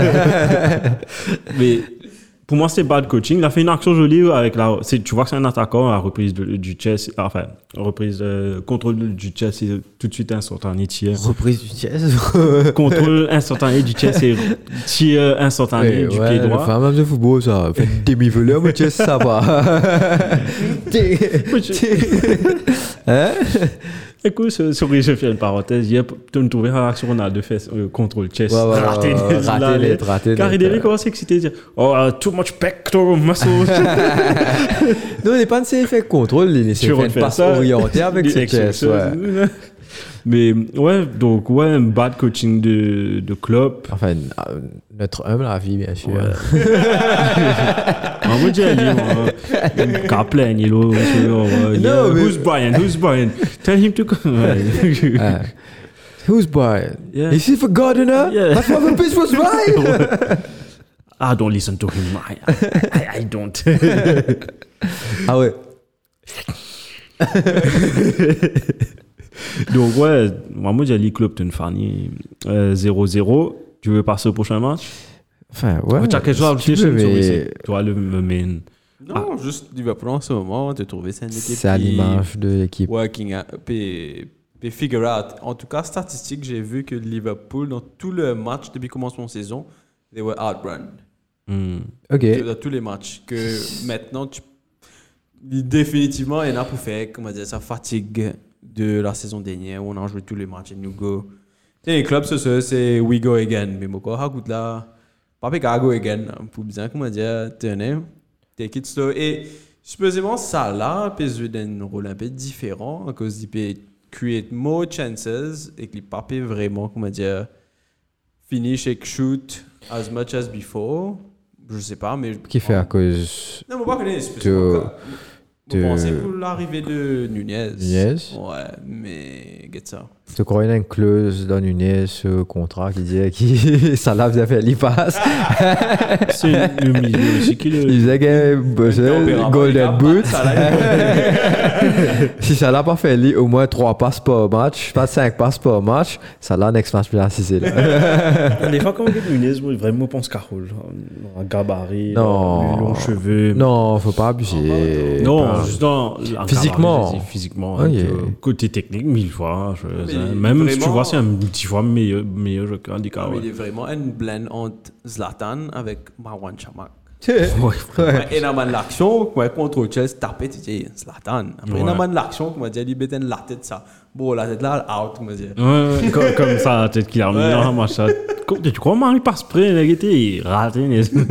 Mais pour moi, c'est bad coaching. Il a fait une action jolie avec la. Tu vois que c'est un attaquant à la reprise de, du chess. Enfin, reprise de contrôle du chess, c'est tout de suite instantané tir. Reprise du chess. Contrôle instantané du chess et tir instantané ouais, du ouais, pied droit. Enfin, même de football, ça. Fait demi-voleur, mais chess, ça va. Hein? Écoute, sorry, je fais une parenthèse. Hier, tu me trouvais à l'action, on a deux fesses, euh, contrôle chest. Ouais, ouais, raté net, raté net, raté. Car il devait commencer à exciter, dire oh, uh, too much pectoral muscle. Non, il n'est pas de ces effets contrôle, il essaie de faire une passe orientée avec ses chest. Ouais. Mais ouais, donc ouais, un bad coaching de, de club. Enfin, notre humble avis, bien sûr. Ouais. On va dire, il Kaplan, il who's Brian? Who's Brian? Tell him to come. uh, who's Brian? Yeah. Is he forgotten her? Yeah. That's why the pitch was right. I don't listen to him. I, I, I don't. Ah ouais. Donc ouais, moi j'ai dit club de Fanny zéro zéro. Tu veux passer au prochain match? Enfin ouais. Tu as quelque chose à dire, mais... Tu vois le main. Non, ah. juste Liverpool en ce moment, tu as trouvé cette équipe. C'est à l'image de l'équipe. Working out, puis, puis figure out. En tout cas, statistique, j'ai vu que Liverpool, dans tout le match depuis le commencement de saison, they were outrun. Mm. Ok. Dans tous les matchs. Que maintenant, tu... définitivement, il y en a pour faire, comment dire, ça fatigue de la saison dernière où on a joué tous les matchs et nous go. Et les clubs, c'est c'est we go again. Mais moi, je goûte là, pas péka go again. Pour bien, comment dire, tenez, take it slow. Et supposément, ça là, peut jouer un rôle un peu différent à cause qu'il peut create more chances et qu'il ne peut pas vraiment, comment dire, finish et shoot as much as before. Je sais pas, mais. Qui fait à cause. Non, moi, je ne sais pas. Je pensais pour l'arrivée de Nunez. Nunez? Ouais, mais get ça. Tu crois qu'il y a une clause dans Nunez, ce contrat qui dit que ça l'a fait l'y passe. C'est le milieu. C'est qui le. Il disait que Golden Boot. Si ça l'a pas fait au moins trois passes par match, pas cinq passes par match, ça l'a next match bien c'est là. Des fois, quand on dit Nunez, moi, vraiment, pense Carole. Un gabarit, non. long cheveux. Non, faut pas abuser. Non, juste dans. Physiquement. Gabarit, physiquement. Okay. Euh, côté technique, mille fois. Je, même vraiment, si tu vois, c'est un petit fois meilleur, meilleur joueur qu'un Dika. Il est vraiment une blend entre Zlatan avec Marwan Chamakh. Ouais, ouais. Et dans l'action, quand contre Chelsea, taper, tu dis Zlatan. Après, ouais. Dans l'action, comme on dit, il met la tête ça. Bon, la tête là, out, comme on dit. Ouais, comme, comme ça, la tête qu'il a remis dans machin. Tu crois, Marie passe près, il a été raté.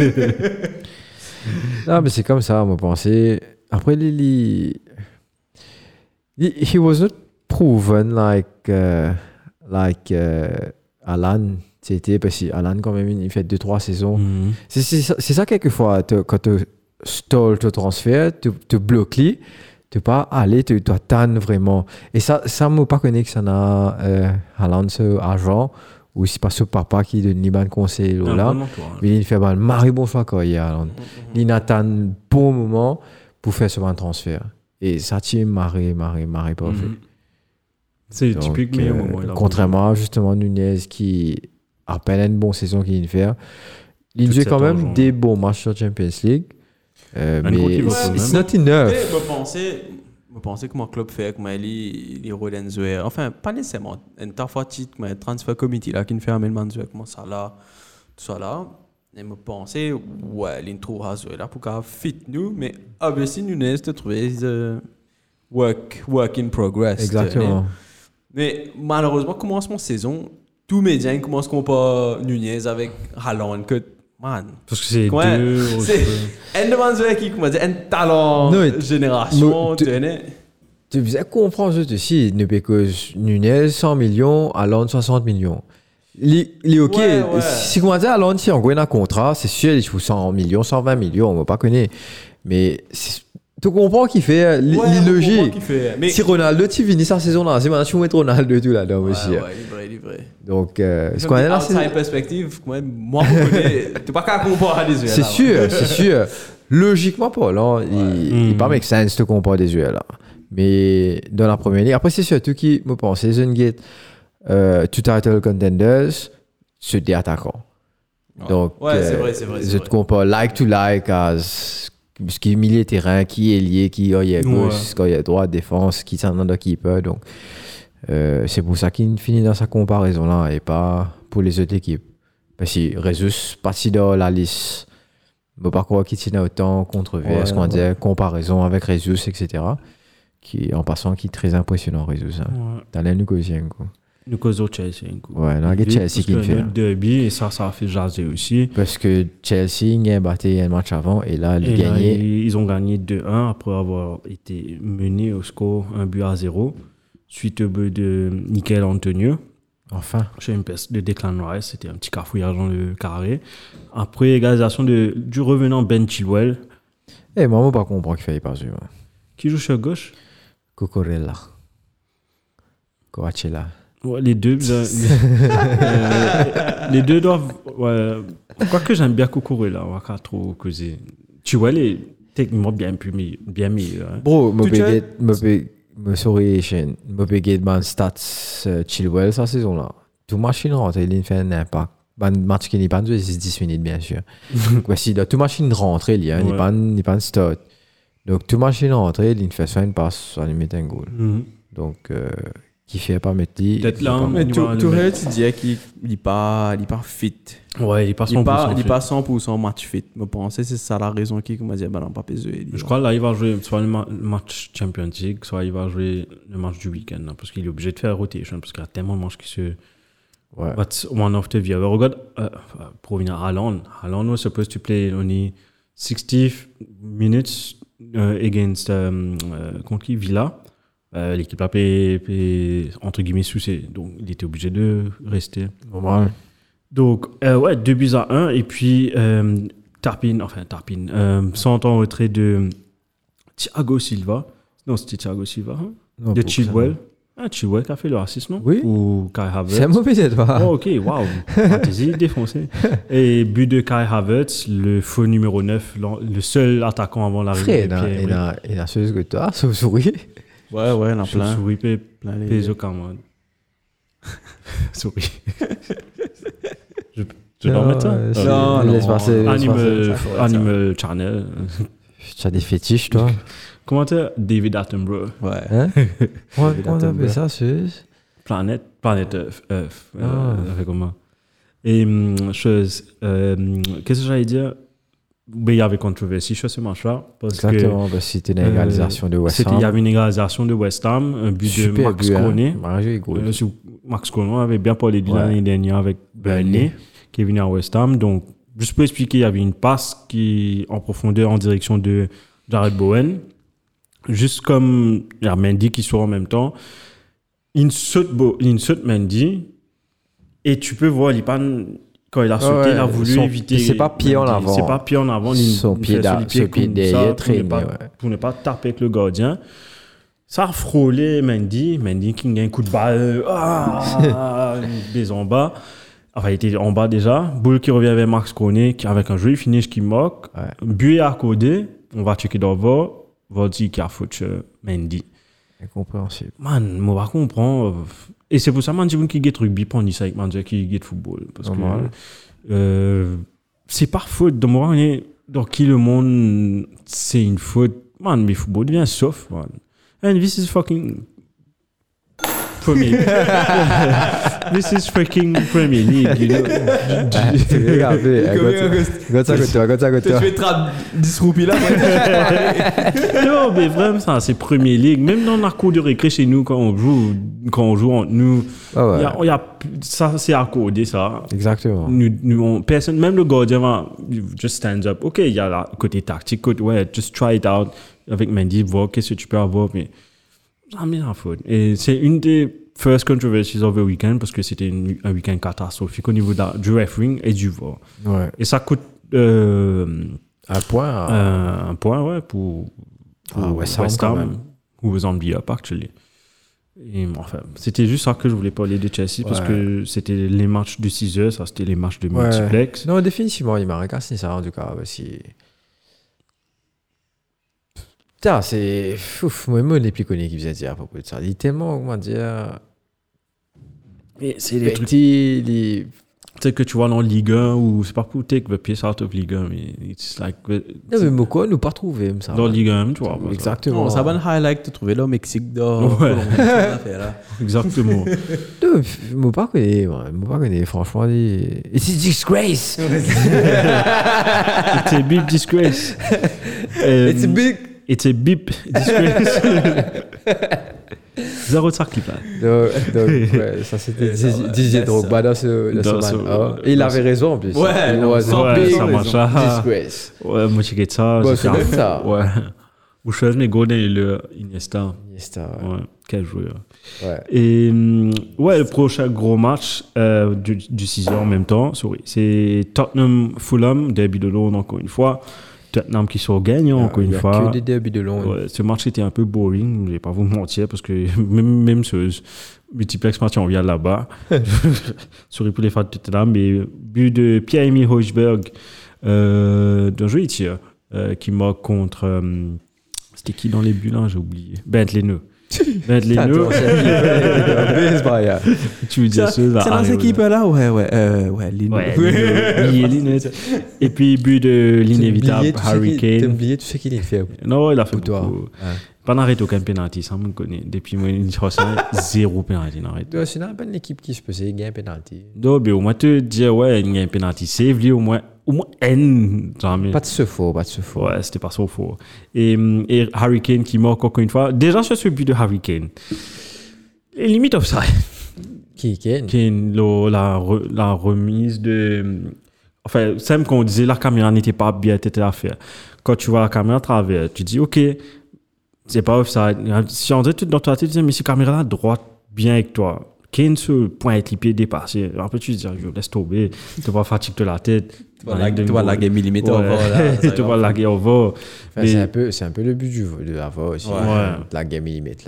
Non, mais c'est comme ça, moi, penser. Après, Lily. He was not proven like, uh, like uh, Alan. C'était parce que Alan, quand même, il fait deux trois saisons. Mm-hmm. C'est, c'est, ça, c'est ça, quelquefois, te, quand tu stalles ton transfert, tu te bloques, tu ne peux pas aller, tu dois attendre vraiment. Et ça, ça ne m'a pas connu que ça n'a euh, Alan, ce argent, ou c'est pas ce papa qui donne ni bon conseil. Non, là. Non, toi, hein. Mais il fait un mari bon choix quand il y a Alan. Mm-hmm. Il attend un bon moment pour faire ce bon transfert. Et ça tient marrer, marrer, marrer pas fait. Mm-hmm. C'est le typique meilleur moment. Euh, contrairement à justement Nunez qui a peine une bonne saison qu'il vient de faire. Il joue quand même argent. Des bons matchs sur Champions League. Euh, mais it's not enough. Je pensais, Je pensais que mon club fait, comme les les Rodenzoer. Enfin, pas nécessairement. Une fois fois titre, mais transfer committee là qui ne fait un Manzoer comme ça là, tout ça là. Et je pensais, ouais, l'intro à Zoé là pour qu'elle fit nous, mais obviously Nunez te trouver uh, work work in progress. Exactement. Mais malheureusement, commencement de saison, tous les médias commencent comme pas Nunez avec Haaland que man. Parce que c'est ouais, deux. C'est un de Manzoé qui comment dire un talent non, génération, tu connais. Tu faisais comprendre aussi, que Nunez cent millions, Haaland soixante millions. Les, les OK, ouais, ouais. Si comment dire, Haaland, si on gagne un contrat, c'est sûr, il faut cent millions, cent vingt millions, on ne va pas connaître. Mais tu comprends qu'il fait l'illogique. Ouais, mais... Si Ronaldo, tu finis sa saison là, c'est maintenant tu mets Ronaldo tout là-dedans ouais, aussi. Ouais, vrai, vrai. Donc, euh, ce qu'on est là, c'est. Outside perspective, moi, je connais. Tu n'es pas qu'à comparer des yeux. C'est sûr, c'est sûr. Logiquement, pas là. Ouais. Il n'est mm. pas make sense de comparer des yeux là. Mais dans la première ligue, après, c'est surtout qui me pense, Zengate. Euh, two title contenders, c'est des attaquants. Ouais. Donc, ouais, euh, c'est vrai, c'est vrai. Je te compare like to like, as, ce qui est milieu terrain, qui est lié, qui est gauche, qui est droite, défense, qui est un keeper. Donc, euh, c'est pour ça qu'il finit dans sa comparaison-là et pas pour les autres équipes. Parce que Jesus, parti dans la liste, je ne peux pas croire qu'il tient autant controverse, ouais, qu'on ouais. dit comparaison avec Jesus, et cetera. Qui, en passant, qui est très impressionnant, Jesus. Hein. Ouais. T'as l'air Nukosien, quoi. Nous causons Chelsea. Ouais, là, il y a Chelsea qui le fait. Le derby, et ça, ça a fait jaser aussi. Parce que Chelsea a battu un match avant et là, ils ont gagné. Ils ont gagné deux un après avoir été menés au score un but à zéro suite au but de Michael Antonio. Enfin. Chez une pièce de Declan Rice, c'était un petit cafouillage dans le carré. Après, égalisation de, du revenant Ben Chilwell. Eh, moi, je ne comprends pas qu'il fallait pas jouer. Qui joue sur gauche? Cucurella. Coachella. Ouais, les deux, euh, les deux doivent. Ouais, quoique j'aime bien Cucurella, on va pas trop causer. Tu vois, les techniquement bien plus bien meilleur. Hein. Bro, je peux me souris, je peux get ban stats Chilwell cette saison là. Tout machine rentre, il fait un impact. Ban match qui n'est pas de dix minutes bien sûr. Voici tout machine rentre, il y a n'est pas n'est pas start. Donc tout machine rentre, il fait une passe, il met un goal. Donc qui fait pas mettre peut-être là mais tout tout le tu dis qu'il n'est pas il pas fit. Ouais, il est pas cent pour cent il est pas cent pour cent match fit. Me penser c'est ça la raison qui comment dire ben non pas pesé. Je crois là il va jouer soit le match Champions League, soit il va jouer le match du week-end hein, parce qu'il est obligé de faire rotation parce qu'il y a tellement de matchs qui se ouais. But one of the view. Regarde uh, pour revenir à Haaland, Haaland was supposed to play only sixty minutes uh, against um, uh, contre qui Villa. Euh, l'équipe a payé, payé, entre guillemets sous donc il était obligé de rester. Ouais. Donc euh, ouais, deux buts à un et puis euh, Tarpin, enfin Tarpin, euh, sans en retrait de Thiago Silva. Non, c'était Thiago Silva, hein, non, de Chilwell. Ah, Chilwell qui a fait le racisme, non? Oui. Ou Kai Havertz. C'est un mauvais toi. Oh, ok, waouh. Fantasy défoncé. Et but de Kai Havertz, le faux numéro neuf, le seul attaquant avant l'arrivée de Pierre. Il a, il a ce que toi, sauf sourire. Ouais, ouais, il y en a plein. Souris, plein les... Pézo Cameron. Souris. je je dois mettre ça? Euh, non, non, laisse passer. Animal, Animal Channel. Tu as des fétiches, toi? Comment t'es David Attenborough? Ouais. Hein? Ouais, comment on appelle ça, c'est... Planète, Planète Earth. Earth ah. euh, avec comment? Et, hum, chose, euh, qu'est-ce que j'allais dire? Mais il y avait controversie sur ce match-là. Parce Exactement, que, parce que c'était une égalisation euh, de West Ham. Il y avait une égalisation de West Ham, un but Super de Max Cornet. Hein. Euh, Max Cornet avait bien parlé de l'année ouais. dernière avec Burnley, qui est venu à West Ham. Donc, juste pour expliquer, il y avait une passe qui, en profondeur en direction de Jared Bowen. Juste comme il y a Mendy qui sort en même temps. Il saute, il saute Mendy et tu peux voir, il pas... Quand il a sauté, ouais, il a voulu son, éviter. C'est pas pied en avant. C'est pas pied en avant. Son pied derrière, pour, ne pas, ouais. pour ne pas taper avec le gardien. Ça a frôlé Mendy. Mendy qui a un coup de balle. Ah, des en bas. Enfin, il était en bas déjà. Boule qui revient vers Max Cornet avec un joli finish qui moque. Ouais. But accordé. On va checker dans le V A R. Volti qui a foutu Mendy. Incompréhensible. Man, moi, par contre, on prend. Et c'est pour ça que je dis qu'il y a rugby, pas ça avec Mandja qui y a football. Parce que euh, c'est pas faute. De moi, on est dans qui le monde, c'est une faute. Man, mais football devient sauf, man. And this is fucking Premier League. This is fucking Premier League, you know. Regardez, regarde ça que toi, regarde ça que toi. Tu es train disroupi là. Non, mais vraiment, ça, c'est Premier League. Même dans la cour de récré chez nous, quand on joue, quand on joue entre nous, Ah ouais. y a, y a, ça, c'est accordé, ça. Exactement. Nous, nous, on, personne, même le gardien va just stand up. OK, il y a le côté tactique, côté, ouais, just try it out avec Mendy, voir qu'est-ce que tu peux avoir, mais ça m'est la faute. Et c'est une des first controversies of the weekend parce que c'était une, un week-end catastrophique au niveau de, du refereeing et du V A R. Ouais. Et ça coûte euh, Un point. un, un point, ouais, pour, pour Ah, West Ham, quand même. who was on the up, actually. Et, enfin, c'était juste ça que je voulais parler de Chelsea parce Ouais. que c'était les matchs de six heures, ça c'était les matchs de Ouais. multiplex. Non, définitivement, il m'a regardé ça en tout cas. Parce que... Putain, c'est. Ouf, moi, moi, les plus connus qui faisaient dire à propos de ça. Il est tellement, comment dire. Et c'est les trucs Petit, les. tu sais, que tu vois dans Ligue un ou c'est pas pour take the piece out of Ligue un, mais it's like. Non, mais Moko, nous pas trouvé ça. Dans Ligue un, tu vois. pas ça. Exactement. Non, ça va un highlight, tu trouvais là au Mexique, dans. Ouais. là. Exactement. Non, moi pas connais, moi pas connais, franchement. Les... It's a disgrace! It's a big disgrace. Um, It's a big. It's a big disgrace. Zéro de ça clip là. Donc, donc, ouais, ça c'était Ça va, Didier ça. Drogba dans ce, dans Dans ce ce- match. Ah, et il dans avait ce- raison en plus. Ouais, il non, was sans a ouais, big ça marche là. disgrace. Ouais, moi j'ai ça. Bon, c'était c'est un- comme ça. Ouais. Ou chose, mais Godin et le Iniesta. Iniesta, ouais. Ouais, quel joueur. Ouais. Et hum, ouais, le prochain gros match euh, du, du six heures en même temps, sorry, c'est Tottenham-Fulham, derby de Londres encore une fois. Tottenham qui sort gagnant encore Il une y a fois. que des derbys de Londres. Ouais, ce match était un peu boring, je vais pas vous mentir, parce que même, même ce multiplex match, on vient là-bas. Sorry pour les fans de Tottenham, mais but de Pierre-Emile Højbjerg, euh, d'un jeu tir, euh, qui marque contre. Euh, c'était qui dans les buts là? J'ai oublié. Bent Leno. Bent Leno. Tu veux dire C'est ça? dans cette équipe-là? Ouais, ouais. Euh, ouais, Lino. Ouais, Lino, Lino. Et puis, but de l'inévitable Harry T'as Kane. oublié tout ce qu'il a fait. Non, il a fait Pour toi. beaucoup. Pas n'arrête aucun penalty, ça me connaît. Depuis moi, une chose, zéro penalty, n'arrête. Donc, c'est une bonne équipe qui se peut gagner un penalty. Donc, ben, au moins, te dire, ouais, il y a un penalty save, lui, au moins, au moins, N, jamais. Pas de ce faux, pas de ce faux. Ouais, c'était pas ça faux. Et, et Harry Kane qui marque encore une fois. Déjà, sur ce but de Harry Kane, les limites offside. Qui, Kane? Kane, le- la, re- la remise de. Enfin, simple qu'on disait, la caméra n'était pas bien tête à faire. Quand tu vois la caméra à travers, tu dis, OK, c'est pas offside. Si on dit tout dans ta tête, tu dis, mais cette caméra-là, droite, bien avec toi. Kane se pointe les pieds dépassés. Après, tu te dis, yo, laisse tomber. Tu vas fatiguer de la tête. Tu vas lag- tu vas laguer millimètre Ouais. encore, là, ça Tu va. vas laguer au vol. Enfin, Mais- c'est un peu, c'est un peu le but du de la voix aussi. Ouais. La game millimètre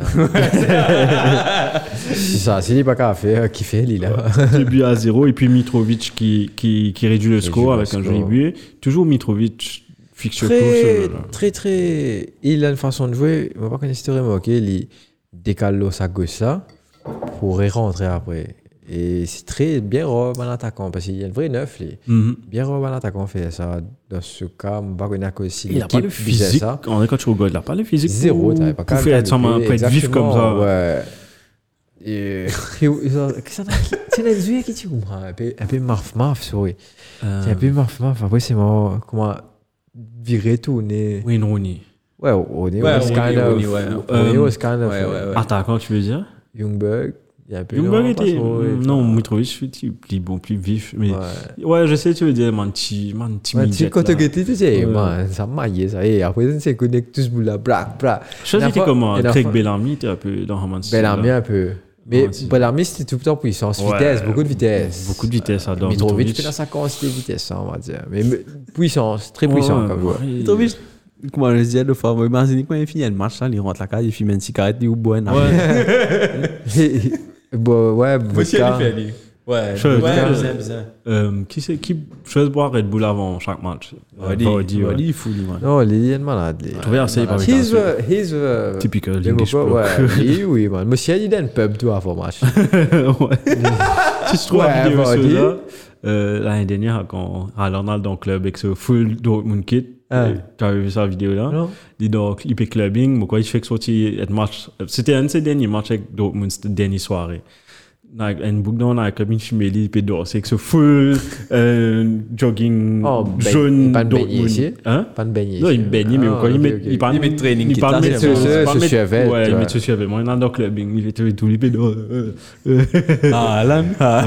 là. C'est ça, c'est lui pas qu'à faire, qui fait lui là. Deux buts à zéro. Et puis Mitrovic qui, qui, qui réduit le Réduit score le avec un score. joli but. Toujours Mitrovic fixe tout. Très, ce jeu-là. très, très. Il a une façon de jouer. On va pas connaître cette remarqué. Il décale l'eau sa gauche là pour y rentrer après. Et c'est très bien robe en attaquant parce qu'il y a une vraie neuf. Lui. Mhm. Bien robe en attaquant fait ça. Dans ce cas, on va connaître aussi. Il n'a pas le l'équipe disait physique. ça. En vrai, quand tu regardes, il n'a pas le physique. Zéro, pour- t'avais pas pour qu'à faire être, le sans- pour être vif comme ça. Exactement, ouais. Et. C'est la vie qui tu comprends. Un peu, un peu marf marf, sorry. Euh, C'est un peu marf marf. Après, c'est marrant. Comment virer, tourner. Oui, non, on y est. Ouais, on est Ouais, was on kind est- on of. est, ouais. On est Euh, was kind of. ouais, ouais, ouais. Attaquant, tu veux dire Youngberg. Il y a un peu. Youngberg non, pas était. trop, ouais, Non, enfin, Mitrovic, il est plus bon, plus vif. Mais Ouais. ouais, je sais, tu veux dire, mon petit mon petit Ouais, tu midget, quand tu là. étais, tu sais, Ouais. man, ça maillait ça. Et après, tu sais, connecte tout ce bout-là, black, black. Je sais La c'était fois- comment et la Craig fois- Bellamy était un peu dans Haman City, Bellamy là. un peu. Mais Ouais, c'est- Bellamy, c'était tout le temps puissance, Ouais. vitesse, beaucoup de vitesse. Beaucoup de vitesse, ça, dans Mitrovic, Mitrovic. fait dans sa quantité de vitesse, ça, on va dire. Mais mais puissance, très Ouais, puissant ouais, comme joueur. ouais. Mitrovic, comment je disais, le fois, imaginez quand il finit le match, là, il rentre la case, il fume une cigarette, il est au bois. Bon, ouais, Monsieur, vodka. il fait, lui. Ouais, Chose, ouais, euh, bizarre, bizarre. Euh, qui c'est qui chose boire Red Bull avant chaque match Ouais, Euh, il ouais. il est fou, lui, man. Non, il est malade. lui. Tu vois, c'est pas He's uh, he's uh, Typical j'aime English pas, bro. ouais, oui, oui, man. Monsieur, il est dans le pub, tout avant match. Ouais. Tu te trouves Ouais, la vidéo bah, sur dis. là euh, l'année dernière, quand Haaland dans le club avec ce full Dortmund kit, Ah. tu as vu sa vidéo là? Non. Il est dans le clubbing, mais quoi, il fait que sortir un match. C'était un de ses derniers matchs avec Dortmund, c'était la dernière soirée. Like, un bouc dans la cabine fumée, il peut dehors. C'est que ce full euh, jogging Oh, ben, jaune pas de beignet Dortmund. ici. Hein? Pas de beignet. Non, il baigne, mais Ah, quoi, il ok, met, ok. il parle, Il met training il kit parle là, mettre c'est ce- bon. il parle Ce mettre- chevet, ouais, tu il vois. met ce chevet. Moi, il est dans le clubbing, il fait tout, tout, il fait dehors. Ah, Alan. Ah.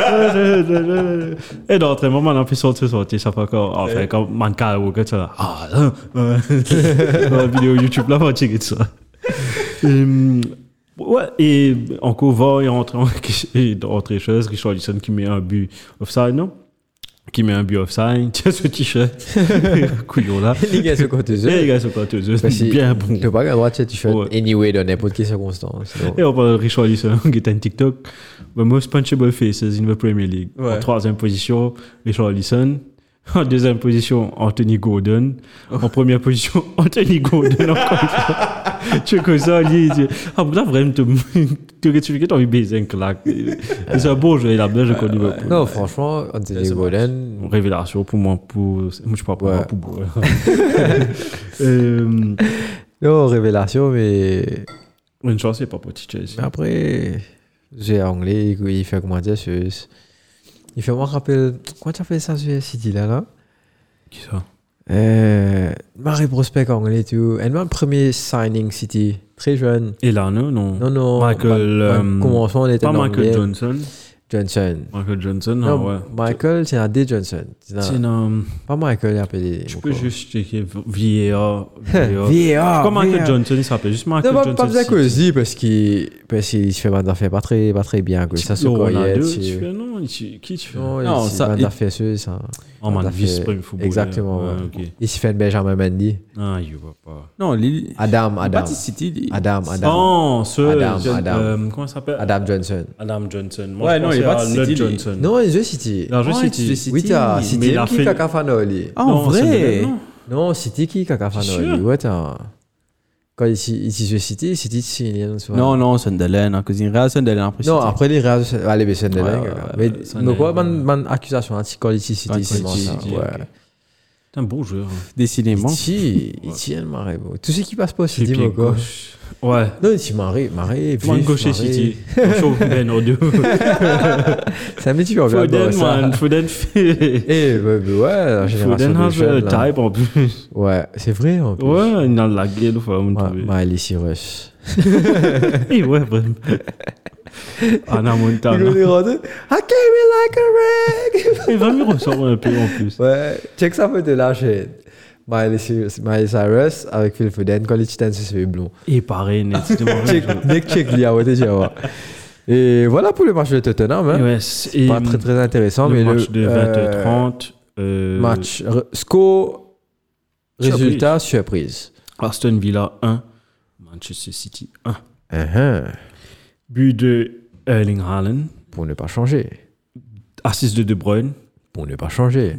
Et dans un moment, on a pu sortir, sortir, ça fait encore. Enfin, quand Manka ou que ça, ah, là, euh, dans la vidéo YouTube là, on va checker ça. Hum, Ouais, et encore va et entre et autre chose, Richarlison qui met un but offside, non? Qui met un but offside, tiens ce t-shirt, couillon là. Les gars, c'est quoi tes Et les yeux? gars, c'est pas tes yeux, Parce c'est que bien bon. tu pas le droit de ce t-shirt Ouais. anyway dans n'importe quelle circonstance. donc. Et on parle de Richarlison qui est un TikTok, the most punchable faces in the Premier League. Ouais. En troisième position, Richarlison. En deuxième position, Anthony Gordon. En première position, Anthony Gordon. Encore une fois. Tu vois comme ça, il dit, ah, là, vraiment, tu rectifies, tu as envie de baiser un claque. C'est un bon jeu, il a bien joué contre Liverpool. Non, franchement, Anthony Gordon, Révélation pour moi, pour. Moi, je parle pour Ouais. moi, pour moi. euh, non, révélation, mais Une chance, c'est pas pour Chelsea. mais après, j'ai anglais, il fait comment dire, c'est- il fait moi rappeler, comment tu appelles ça, ce City là, là? Qui ça? Euh, Marie Prospect anglais, tout. Et moi, le premier signing City, très jeune. Et là, non, non. Non, non. Michael, ma- ma- euh, commençons, on était Pas dans Michael le- Johnson. Johnson. Michael Johnson, Non, non, ouais. Michael, c'est un D. Johnson. C'est un- C'est un. Pas Michael, il appelé. Je peux juste checker V A R. V A R. Comme Michael V A R. Johnson, il s'appelle juste Michael Non, pas, Johnson. pas besoin City. que je dis parce qu'il parce qu'il se fait mal d'affaires pas très, pas très bien. Quoi. Ça se Non, croyait. Ronaldo, tu- tu fais, non, il- tu- qui tu fais? Non, Non, il ça- se fait il- d'affaires sur ça. Oh, man, Tout à vice fait. pas une football. Exactement, Ouais, ouais. ok. Il se fait Benjamin Mendy. Ah, il va pas. Non, Lily. Adam, Adam. Baptiste City. lui. Adam, Adam. Oh, ce. Adam, John- Adam. euh, comment ça s'appelle? Adam Johnson. Adam Johnson. Moi, Ouais, je non, pensais il est pas à de Lud City, lui. Johnson. Non, il joue City. Il a joué Oh, City. il joue City. Oui, t'as mais City il a qui fait- cacafanoli. Ah, en Non, vrai. Sunderland, non. Non, City qui Sûr? cacafanoli. Ouais, t'as. Quand il il joue City, City, City. Non, non, Sunderland. En cuisine Real, Sunderland après Non, City. après les Real, allez, mais Sunderland. Ouais, ouais, caca. ouais, Mais Sunderland, mais quoi, ouais. man, man accusation anti quality City, Anti- c'est bon, ça. City, Ouais. ok. C'est un beau joueur. Décidément. Ici, il tient le marais. beau. Tout ce qui passe pas, c'est Pied dit, mon gars. gauche. Ouais. Non, ici, marais, marais, Man vif, gauche et marais. City. Chaud, Ben Odio. C'est un métier, on regarde Foden, ça. man. Foden fait. Eh, ouais, ouais, ouais, la génération Foden de has jeunes, a là. type en plus. Ouais, c'est vrai, en plus. Ouais, il a la gueule, enfin, on Ma- trouve. Miley Cyrus. Eh ouais, vraiment. Anna Montana. I came in like a rag. Il va me ressembler un peu en plus. Ouais, check ça, peut-être là, j'ai Miley Cyrus, Miley Cyrus avec Phil Foden, quand les Titans se fait blond. Et pareil, net, c'était mon Check, mec, check, il y a, ouais, déjà, ouais. Et voilà pour le match de Tottenham. Hein. Ouais, C'est pas très très intéressant, le mais match le de vingt heures euh, trente. euh, match, re- score, Surprise. résultat, surprise. Aston Villa un, Manchester City un. Uh-huh. But de Erling Haaland, Pour ne pas changer. assist de De Bruyne. Pour ne pas changer.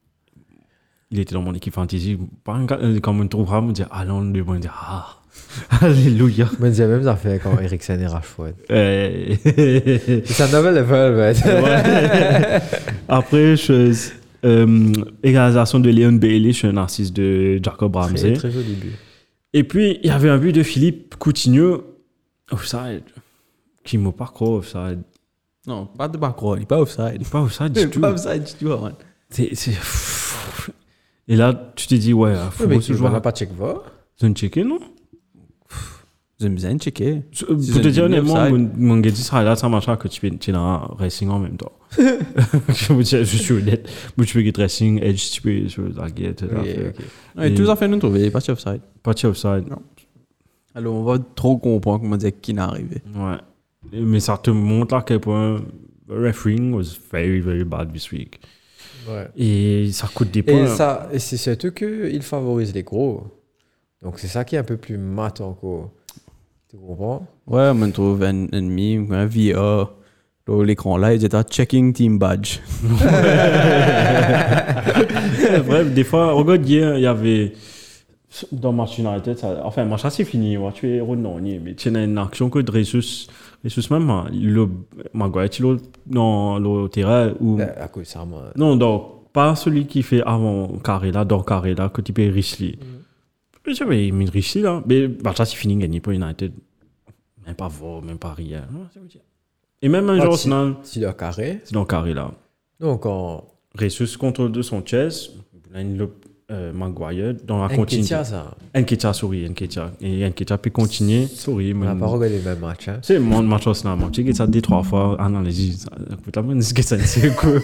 Il était dans mon équipe fantasy. Pas un gars, euh, Quand on trouvera, on me dit ah non, De Bruyne dit ah, alléluia. Mais c'est la même affaire quand Eriksen et Rashford. Euh, C'est un nouvel level, mais. Ouais. Après, chose, euh, égalisation de Léon Bailey sur un assist de Jacob Très, Ramsey. très joli but. Et puis, il y avait un but de Philippe Coutinho, offside, qui m'a pas croire offside. Non, pas de backroll. Il n'est pas offside. Il n'est pas offside du Il tout. n'est pas offside du tout, man. C'est- c'est- Et là, tu t'es dit, ouais, faut mais ce tu joueur. vois pas check va. C'est un checké, non? J'aime bien checker. Pour Si te c'est dire un honnêtement, offside. mon, mon gars dit ça, là, ça marche que tu fais tu es dans un racing en même temps. je, vous dis, je suis honnête. Moi, tu peux get racing, edge, tu peux sur la guette. Ok, ok. Ouais, Et- tous en fait nous trouver, pas de offside. Pas de offside. Alors, on va trop comprendre comment dire qui n'est arrivé. Ouais. Mais ça te montre à quel point the refereeing was very, very bad this week. Ouais. Et ça coûte des Et, points. ça, et c'est surtout qu'il favorise les gros. Donc c'est ça qui est un peu plus mat encore. Tu comprends? Ouais, on trouve un ennemi, un V A. Là, l'écran là, il était checking team badge. Bref, des fois, regarde hier, il y avait. Dans match United, ça, enfin, match c'est fini, moi, tu es non, mais tu as une action que de Jesus, Jesus même, le Maguire, tu es dans le terrain ou. À cause ça, moi. Non, donc, pas celui qui fait avant carré là, dans carré là, que tu peux Richley. Je sais pas, il met Richley là, mais match c'est fini, gagné pour United. Même pas voir, même pas rien. Et même un jour, c'est dans carré. C'est dans carré là. Donc, en. Jesus contrôle de son chest, il a une Euh, Maguire dans la continuité. Nketiah, ça. Nketiah, sorry, Nketiah. Et Nketiah peut continuer, sorry. On n'a pas regardé le même match. Hein. C'est mon match au Arsenal. J'ai dit ça deux, trois fois. Ah non, les gens, écoute, là, c'est quoi.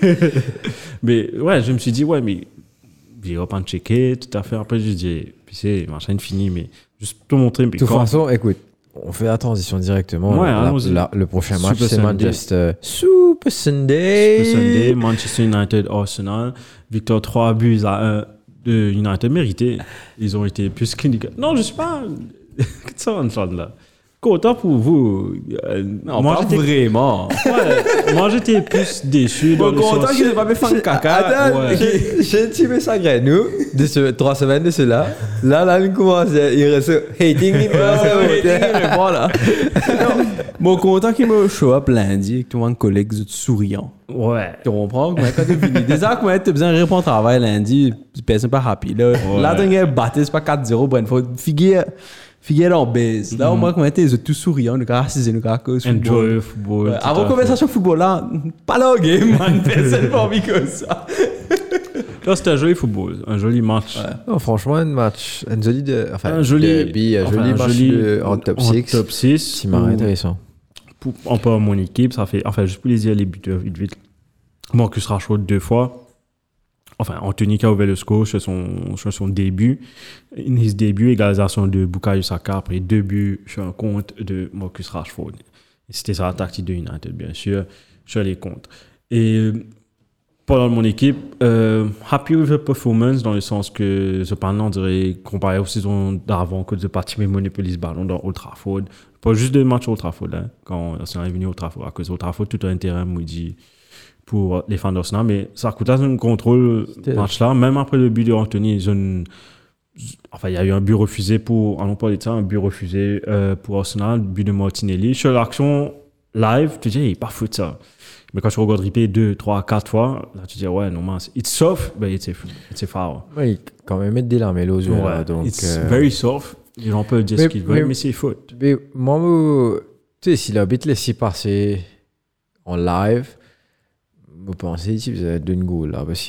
Mais ouais, je me suis dit, ouais, mais j'ai pas checké, tout à fait. Après, je dis, puis c'est machin fini, mais juste pour te montrer. De toute quand... façon, écoute, on fait la transition directement. Ouais, la, la, le prochain match, Super c'est Sunday. Manchester Super Sunday. Super Sunday, Manchester United, Arsenal. Victoire trois buts à un de United mérité. Ils ont été plus cliniques. Non, je ne sais pas. Qu'est-ce que ça va là? Content pour vous. Euh, non, moi, pas vraiment. Ouais, moi, j'étais plus déçu. Bon, content que je n'ai pas fait fan caca. Attends, ouais. j'ai un petit message à nous, de ce, trois semaines de cela. Là, là, il commence, il reste hating. Il reste voilà. Bon, content qu'il me show up lundi avec tout le monde collègue souriant. Ouais. Tu comprends? Quand tu finis. Déjà, quand tu as besoin de répondre au travail lundi, personne n'est pas happy. Là, ouais. Là tu as battu, c'est pas quatre zéro. Brentford. Figure. Figure en base. Là, au moins, quand tu es tout souriant, nous avons assisté, nous avons cause. Enjoy le football. Ouais. Avant conversation football, là, pas là au game, man. Personne pas envie comme ça. Là, c'était un joli football, un joli match. Ouais. Non, franchement, un match, un joli, de, enfin, un joli, derby, un enfin, joli un match joli, de, en top six. En top six. C'est marrant intéressant. Pour, en part mon équipe, ça fait, enfin, juste pour les dire, les buteurs, vite, vite. Marcus Rashford deux fois. Enfin, Anthony qui a ouvert le score sur son, sur son début. In his début, égalisation de Bukayo Saka, après deux buts sur un compte de Marcus Rashford. Et c'était ça la tactique de United, bien sûr, sur les comptes. Et pendant mon équipe, euh, happy with the performance, dans le sens que, cependant, on dirait, comparé aux saisons d'avant, que de partie mais monopolise ballon dans Old Trafford. Pas juste de match Old Trafford, hein, quand on est venu au Trafford. À cause Old Trafford, tout un terrain maudit pour les fans d'Arsenal, mais ça coûte un contrôle match-là. Même après le but de Anthony, ils ont, enfin, il y a eu un but refusé pour, allons parler de ça, un but refusé euh, pour Arsenal, but de Martinelli. Sur l'action live, tu te dis, il n'est pas fou de ça. Mais quand tu regardes replay deux, trois, quatre fois, là, tu te dis, ouais, non, mince. It's soft, but it's a, it's a foul. Oui, quand même, mettre des larmes aux yeux. Ouais, là, donc, it's euh... very soft. Les gens peuvent dire mais, ce qu'ils veulent, mais, mais c'est faute. Mais moi, tu sais, si l'arbitre laisse passer en live, vous pensez que vous avez deux goals là, parce que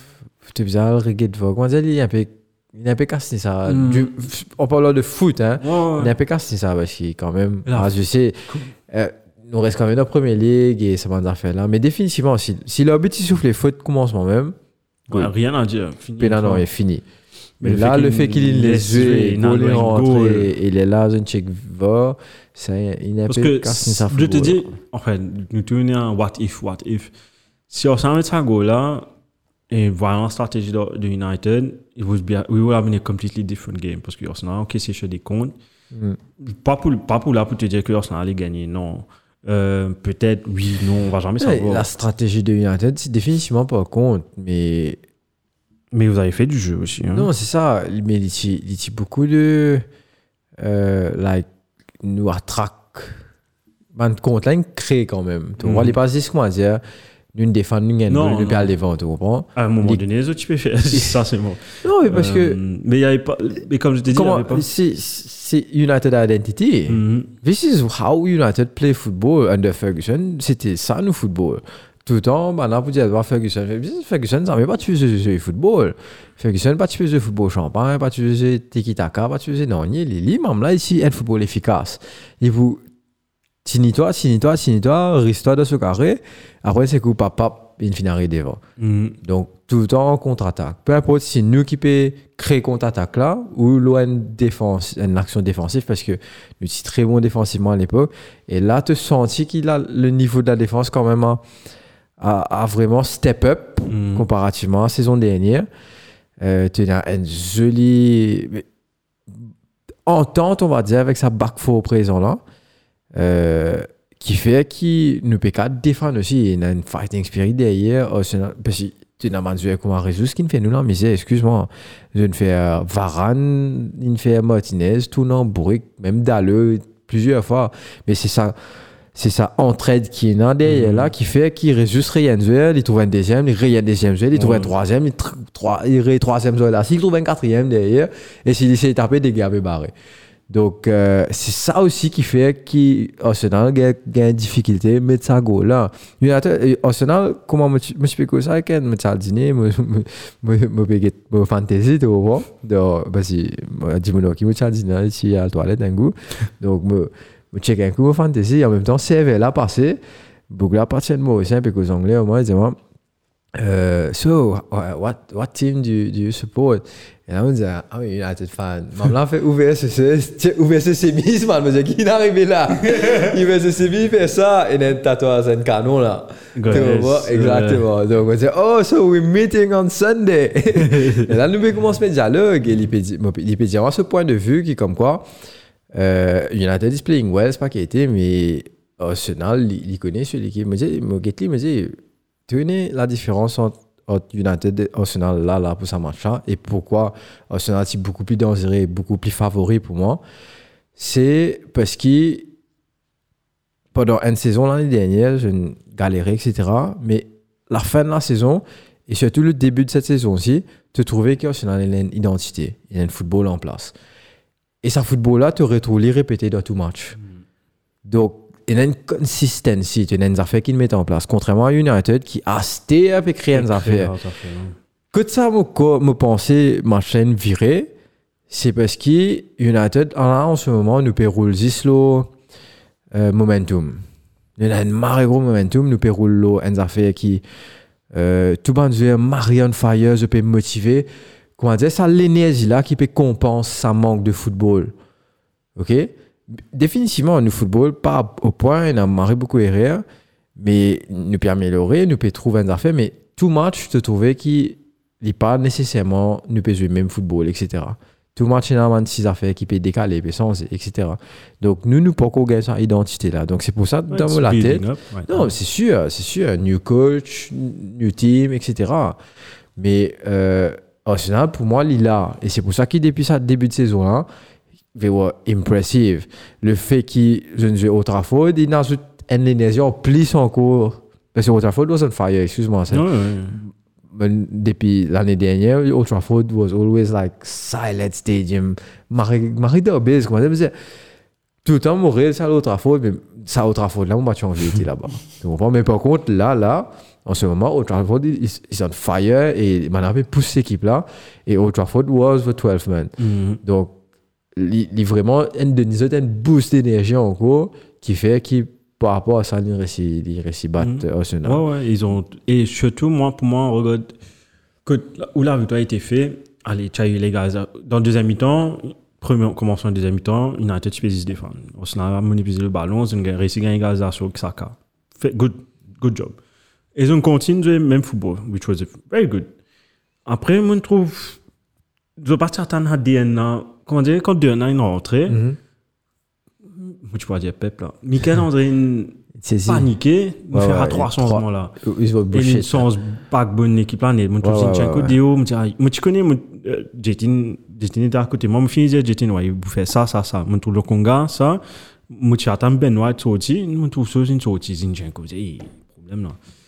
tu faisais le reggae de voix. Comment dire, il est un peu, il est un peu cassé ça. Mm. Du, en parlant de foot, hein, ouais, ouais. Il est un peu cassé ça, parce que quand même, ah, je sais, cool. euh, on reste quand même dans la première ligue et ça m'a d'affaires là. Mais définitivement, si, si l'arbitre il souffle les fautes, commencement même, ouais, rien à dire. Pénal, il est fini. Mais, mais là, le fait qu'il ait les yeux et qu'il est rentré et il est là, un check va, ça, il est un peu cassé ça. Je te dis, enfin, nous tournons un what if, what if. Si on s'en met ça go là, et voilà la stratégie de, de United, it would be, we would have been a completely different game. Parce que Arsenal a encaissé sur des comptes. Mm. Pas, pour, pas pour là pour te dire que Arsenal allait gagner, non. Euh, peut-être, oui, non, on va jamais savoir. Ouais, la stratégie de United, c'est définitivement pas compte, mais. Mais vous avez fait du jeu aussi. Hein. Non, c'est ça. Mais il y a beaucoup de. Euh, like, nous attraque. Man, compte là, il crée quand même. Tu vois, il passe dix comment dire. Nous défendons, nous gagnons, nous perdons les ventes, tu comprends? À un moment les... donné, les autres, tu peux faire ça, c'est bon. Non, mais parce euh, que. Mais il y avait pas. Mais comme je t'ai dit, il y avait pas. C'est, c'est United Identity. Mm-hmm. This is how United play football under Ferguson. C'était ça, nous, football. Tout le temps, maintenant, pour dire, Ferguson, Ferguson, ça ne veut pas tuer le football. Ferguson, pas tuer le football champagne, pas tuer le tiki-taka, pas tuer le non, il est même là, ici, un football efficace. Il vous. Signe-toi, signe-toi, signe-toi, reste-toi dans ce carré. Après, c'est que papa, il finit devant. Mm. Donc, tout le temps, contre-attaque. Peu importe si nous qui peut créer contre-attaque là, ou loin une défense, une action défensive, parce que nous sommes très bons défensivement à l'époque. Et là, tu sens qu'il a le niveau de la défense quand même à, à, à vraiment step up mm. comparativement à la saison dernière. Euh, tu as une jolie entente, on va dire, avec sa back four présent là. Euh, qui fait qu'il ne peut pas défendre aussi. Il y a une fighting spirit derrière. Parce que tu n'as pas joué comment résoudre ce qu'il fait nous là mais c'est excuse-moi je ne fais euh, Varane il fait Martinez tout non Bourric même Dalleux plusieurs fois mais c'est ça c'est ça entraide qui est là derrière là qui fait qu'il résulte rien joueur il trouve un deuxième il réel deuxième joueur il trouve un troisième il trois il réel troisième joueur là s'il trouve un quatrième derrière et s'il essaie de taper des gars barré donc euh, c'est ça aussi qui fait qu'Arsenal a une difficulté mettre sa goal là United Arsenal comment me me explique ça quand me t'a dîner me me me me fantasy tu vois donc parce que dis-moi qui me t'a dîner ici à la toilette un coup donc me me check un coup fantasy en même temps C V là passé beaucoup la partie de moi aussi un peu aux anglais au moins dis-moi Uh, so what what team do you, do you support? Et là on dit ah oui United fan. Maman là fait U V S C, U V S C bis man, mais qui est arrivé là? U V S C bis fait ça et then tatouage un canon là. Tu vois exactement. Donc on dit oh so we meeting on Sunday. Et là nous on commence à dialogue et il peut dire il peut dire à ce point de vue qui comme quoi euh, United is playing well, c'est pas qu'il était mais Arsenal il connaît sur l'équipe. Me dit me get me dit tu connais la différence entre, entre United et Arsenal là, là pour ce match-là et pourquoi Arsenal est beaucoup plus dangereux, beaucoup plus favori pour moi. C'est parce que pendant une saison l'année dernière, j'ai galéré, et cetera. Mais la fin de la saison et surtout le début de cette saison-ci, tu trouvais qu'Arsenal a une identité, il y a un football en place. Et ce football-là, tu retrouves répété dans tout match. Mm. Donc, il y a une consistency, il y a une affaire qui met en place. Contrairement à United qui a sté avec créer une affaire. Que ça me pensait ma chaîne virée, c'est parce que United a en ce moment nous péroule zislo euh, momentum. Il y a un marre gros momentum nous péroule une affaire qui euh, tout le monde veut marrer on fire, je peux motiver. Comment dire ça l'énergie là qui peut compenser ça manque de football. OK? Définitivement, nous football, pas au point, on a marré beaucoup erreur, mais nous peut améliorer, nous peut trouver des affaires, mais tout match, je trouvais qu'il n'est pas nécessairement, nous peut jouer même football, et cetera. Tout match, il y a six affaires qui peut décaler, et cetera. Donc, nous, nous, pas qu'on gagne cette identité-là. Donc, c'est pour ça, dans ouais, la tête, up, ouais, non, ouais. c'est sûr, c'est sûr, new coach, new team, et cetera. Mais, euh, Arsenal, pour moi, il est là. Et c'est pour ça qu'il, depuis ce début de saison-là, vraiment impressive. Le fait qu'il joue au Trafford, il a une énergie en plus encore. Parce que au Trafford was on fire, excuse-moi. Oui, oui. Depuis l'année dernière, Old Trafford was always like silent stadium. Marie Dobbs, comment dire, tout le temps mourir ça Old Trafford, mais ça Old Trafford là, on va changer là-bas. Mais par contre, là, là, en ce moment, Old Trafford is on fire et Manabe pousse l'équipe là. Et Old Trafford was the twelfth man. Mm-hmm. Donc, il y a vraiment un boost d'énergie encore qui fait que par rapport à ça, ils réussissent à battre Arsenal. Ouais, ouais, ils ont. Et surtout, moi, pour moi, on regarde que où la victoire a été faite. Allez, tu as eu les gars. Dans le deuxième mi-temps, premier commencement du deuxième mi-temps, United peut se défendre. Arsenal a monopolisé le ballon, ils ont réussi à gagner Gaza sur Saka. Good, good job. Et ils ont continué le même football, which was very good. Après, je trouve. Je partais à un D N A. Comment dire, quand deux ans est rentré, mm-hmm. tu peux dire Pep là. Michael André paniqué, il fait à trois changements là. Et une sens pas bonne équipe là, mais tu sais un coup Déo, moi tu connais Jetin, Jetin était à côté, moi me finis Jetin ouais, il fait ça ça ça, moi trouve le Conga ça, moi tu attends Ben White sorti, moi trouve ça une sortie Zinchenko, c'est problème là.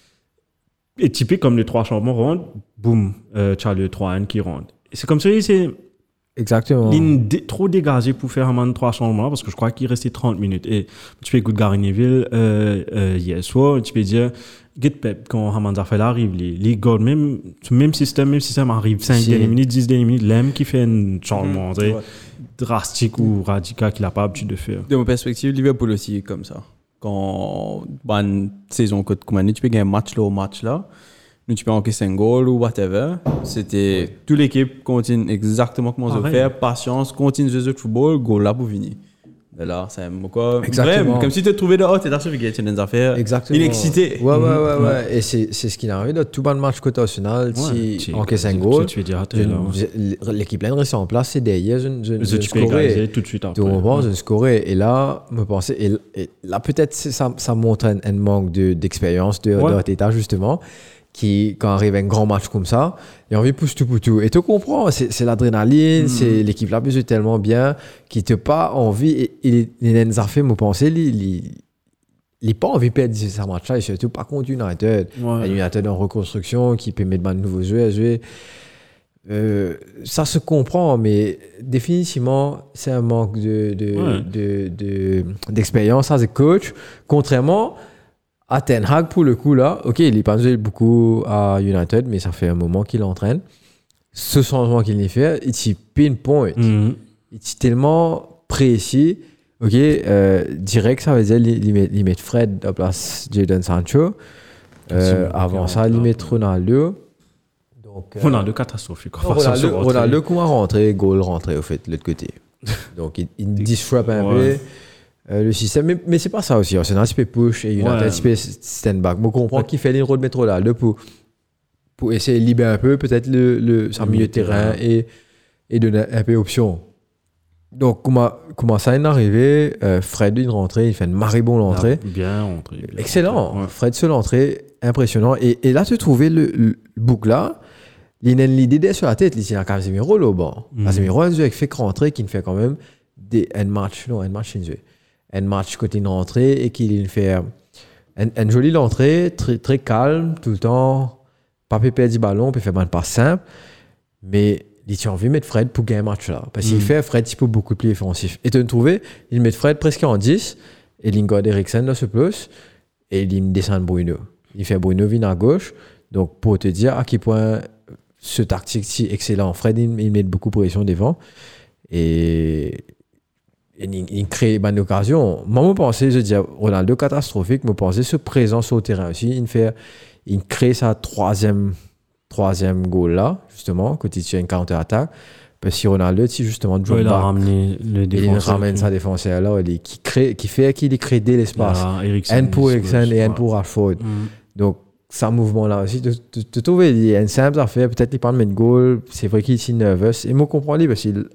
Et typique comme les trois changements rentrent, boum, tu as le trois un qui rentre. C'est comme ça c'est exactement. Ligne dé- trop dégagée pour faire un trois changements parce que je crois qu'il restait trente minutes. Et tu peux écouter Gary Neville euh, euh, hier soir, tu peux dire Get Pep quand Hamad Zafel arrive, les, les gars, même, même système, même système arrive cinq si. dernières minutes, dix dernières minutes, l'aime qui fait un changement mmh, ouais. drastique ou radical qu'il n'a pas l'habitude de faire. De mon perspective, Liverpool aussi est comme ça. Quand bah, une saison que tu peux gagner un match là au match là. Nous, tu peux encaisser un goal ou whatever. C'était ouais. toute l'équipe continue exactement comme on veut faire, patience, continue de jouer au football, goal là pour venir. Et là, c'est quoi exactement. Vrai, comme si tu te trouvais dehors, tu es sûr qu'il y a des affaires. Exactement. Il est excité. Ouais, ouais, ouais, ouais. ouais. Et c'est, c'est ce qu'il a arrivé dans tout le match côté Arsenal. Ouais, si encaisse un goal, l'équipe là reste en place, c'est derrière, je ne scorais. tout de suite après. Tout le moment, je ne scorais. Et là, me pensais, et là, peut-être, ça montre un manque d'expérience de Arteta, justement. qui, quand arrive un grand match comme ça, il a envie de pousser tout pour tout. Et tu comprends, c'est, c'est l'adrénaline, mm. c'est l'équipe là, joue tellement bien, qui te pas envie, et, et les Nenzarfé me pensaient, il n'a pas envie de perdre ce match-là, et surtout pas contre United. Ouais. United en reconstruction, qui permet de mettre de nouveaux jeux à jouer. Euh, ça se comprend, mais définitivement, c'est un manque de, de, ouais. de, de, d'expérience as a coach. Contrairement à Ten Hag, pour le coup, là, ok, il n'est pas joué beaucoup à United, mais ça fait un moment qu'il entraîne. Ce changement qu'il y fait, il s'y pinpoint. Mm-hmm. Il est tellement précis. Ok, euh, direct, ça veut dire qu'il met, met Fred à la place de Jadon Sancho. Euh, avant ça, il met Ronaldo. Donc, euh, Ronaldo catastrophique. Non, Ronaldo, Ronaldo comment rentrer, goal rentrer au fait de l'autre côté. Donc il, il disrupt un ouais. peu euh, le système, mais, mais c'est pas ça aussi. C'est un aspect push et une ouais. aspect stand back. Moi, je comprends ouais. qu'il fait les rôles de mettre Ronaldo pour pour essayer de libérer un peu peut-être le le son milieu de terrain et et donner un peu d'options. Donc comment comment ça est arrivé? euh, Fred une rentrée, il fait une maribonde l'entrée. Ah, bien rentré. Bien excellent. Rentré. Ouais. Fred seul entrée, impressionnant. Et et là tu trouvais le, le bouc là. Il a l'idée sur la tête, il y a Casemiro là au banc. Mm. Casemiro a un jeu fait rentrer qui ne fait quand même des un match, non, un match, un match côté une rentrée et qu'il fait un, un joli entrée, très, très calme, tout le temps, pas perdre du ballon, puis faire un pas simple. Mais il a envie de mettre Fred pour gagner un match là. Parce qu'il mm. fait Fred, il peut beaucoup plus offensif. Et tu as trouvé, il met Fred presque en dix, et Lingard Eriksen dans ce plus, et il descend Bruno. Il fait Bruno vient à gauche. Donc pour te dire à quel point ce tactique si excellent. Fred, il, il met beaucoup de pression devant. Et, et il, il crée une occasion. Moi, je pensais, je dis, Ronaldo catastrophique, je pensais ce présent sur le terrain aussi. Il, fait, il crée sa troisième, troisième goal là, justement, quand il tient une counter-attaque. Parce que Ronaldo, si justement, ouais, il a ramené le défenseur. Il ramène sa défenseur là, il, qui, crée, qui fait qu'il crée dès l'espace. Un pour Eriksen et un pour Rashford. Mm. Donc, ce mouvement-là aussi, tu trouves, il y a une simple affaire, peut-être qu'il parle de mettre goal, c'est vrai qu'il est nerveux. Et moi, je comprends, parce qu'il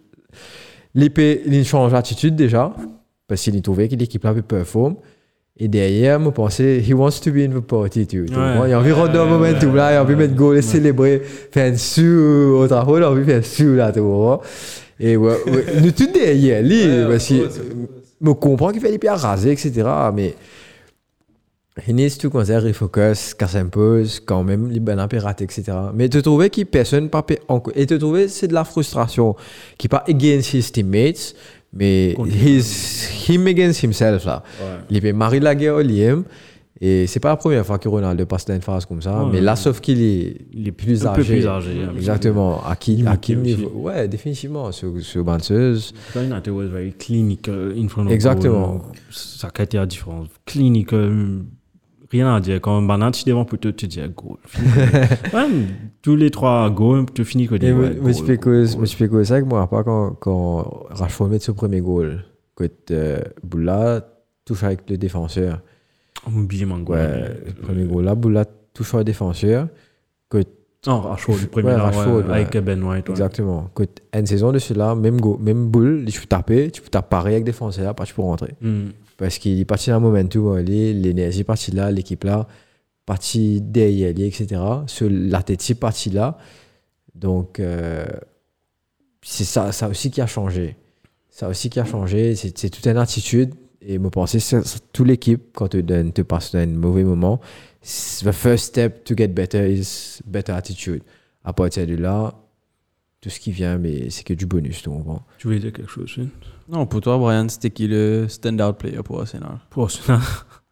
il change d'attitude déjà, parce qu'il trouvait que l'équipe là peut performer. Et derrière, moi, je pensais, he wants to be in the party, tu vois. Il a envie de rendre un momentum là, il a envie de mettre goal et célébrer, faire un sou au travail, il a envie de faire un sou là, tu vois. Et ouais, ouais, nous tous derrière, lui, parce que je comprends qu'il fait des pierres rasées, et cetera. Mais il needs to consider, refocus, qu'à s'impose, quand même, les bonnes ratés, et cetera. Mais tu trouvais qu'il personne pas encore. Et tu trouvais c'est de la frustration qui pas against his teammates, mais his, him against himself là. Ouais. Il est marié la guerre au Liam. Et c'est pas la première fois que Ronaldo passe dans une phase comme ça, ouais, mais là, sauf qu'il est, il est plus un âgé. Peu plus âgé. Exactement. À qui, à quel niveau? Ouais, définitivement, sur, sur Banseuse. United was very clinical in front of Exactement. Ça a été la différence. Clinical. Rien à dire. Quand Banat, tu devant pour te, te dire goal. Ouais, tous les trois goals, tu finis que des goals. Moi, je fais que ça avec moi, pas quand, quand Rashford met son premier goal. Quand euh, Boula touche avec le défenseur. On oublie mon goal. Ouais, le premier goal là, Boula touche avec le défenseur. Que non, Rashford, le premier ouais, là, Rashford, ouais, avec Ben White. Ouais. Exactement. Que une saison de celui-là, même, go, même boule, tu peux taper, tu peux taper pareil avec le défenseur, pas tu peux rentrer. Mm. Parce qu'il est parti dans le momentum, l'énergie est partie là, l'équipe là, partie derrière, et cetera. Sur la tête, c'est parti là. Donc, euh, c'est ça, ça aussi qui a changé. Ça aussi qui a changé. C'est, c'est toute une attitude. Et je pense que c'est, c'est toute l'équipe, quand tu te passes dans un mauvais moment, the first step to get better is better attitude. À partir de là, tout ce qui vient, mais c'est que du bonus, tu comprends. Tu voulais dire quelque chose, Finn? Non, pour toi, Brian, c'était qui le stand-out player pour Arsenal? Pour Arsenal.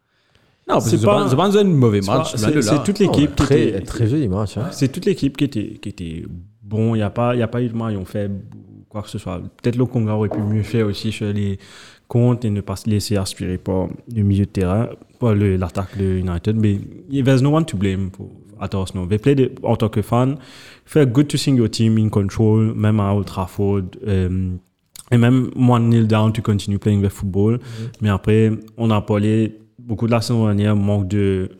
Non, c'est pas, c'est pas un mauvais match. C'est, c'est, c'est toute l'équipe oh, qui très, était... Très joli match. Hein. C'est toute l'équipe qui était, qui était bon. Il n'y a, a pas eu de mal. Ils ont fait quoi que ce soit. Peut-être le Congo aurait pu mieux faire aussi sur les comptes et ne pas se laisser aspirer par le milieu de terrain, pas le, l'attaque de United. Mais there's no one to blame pour at Arsenal. They played en tant que fan. It felt good to see your team in control, même à Old Trafford. Um, et même one nil down to continue playing the football. Mm-hmm. Mais après, on a parlé beaucoup de la saison dernière, manque de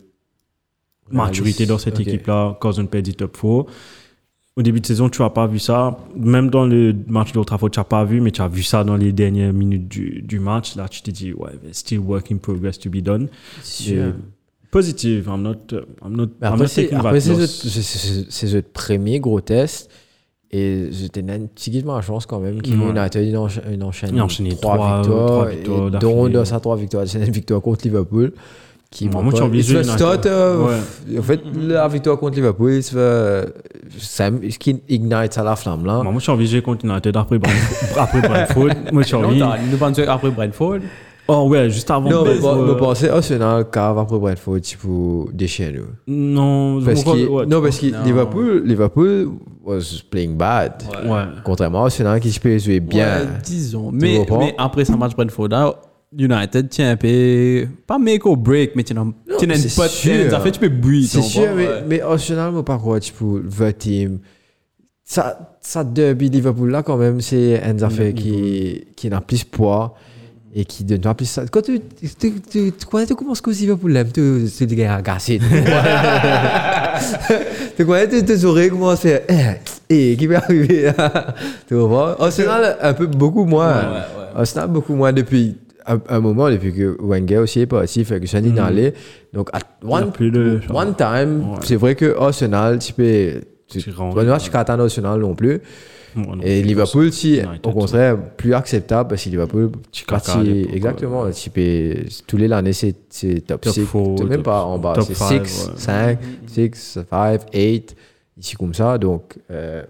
maturité dans cette okay. équipe-là, cause on perd du top quatre. Au début de saison, tu n'as pas vu ça. Même dans le match de Old Trafford, tu n'as pas vu, mais tu as vu ça dans les dernières minutes du, du match. Là, tu te dis, ouais, there's still work in progress to be done. C'est sûr. Positive, I'm not, I'm not, Mais après, c'est, après c'est, c'est, c'est, c'est le premier gros test. Et j'étais un petit peu de chance quand même qu'il y ait United une enchaîne trois victoires, victoires et dont dans sa trois victoires, c'est une victoire contre Liverpool. Qui moi, j'ai envie de jouer start, euh, ouais. En fait, la victoire contre Liverpool, c'est ce qui ignite à la flamme là. Moi, j'ai envie de jouer contre United après Brentford. Moi, j'ai envie. Nous pensons après Brentford. Oh ouais, juste avant. Non, mais je pensais Arsenal cave après Brentford, tu peux déchirer nous. Non, parce que ouais, non parce que non. Liverpool, Liverpool was playing bad. Ouais. ouais. Contrairement à Arsenal qui se peut jouer bien. Ouais, disons. Mais, mais après ce match Brentford là, United tient un peu pas make or break, mais tu n'as tu n'as pas ça fait tu peux bouillir. C'est sûr, mais ouais. mais Arsenal moi par contre, tu peux le team. Ça ça derby Liverpool là quand même, c'est un affaire qui qui n'a plus poids. Et qui donne pas plus ça. Quand tu, tu, tu, tu, quand tu commences comme Liverpool, tu tu te gagnes à gasser. Tu connais, tu te saurais comment faire. Eh, qui peut arriver. Tu vois? Arsenal un peu beaucoup moins. Arsenal beaucoup moins depuis un, un moment, depuis que Wenger aussi est parti, fait que ça n'est allé. Donc, at one, de, one time, ouais. C'est vrai que Arsenal, tu peux. Tu ne suis pas attendre Arsenal non plus. Bon, non, et Liverpool, si, au contraire, plus acceptable parce que Liverpool, parti, exactement, ouais. Tu peux, tous les années, c'est, c'est top, top six, four, même top, pas en bas, c'est six, ouais. cinq, six, cinq, huit, ici comme ça. Donc, euh,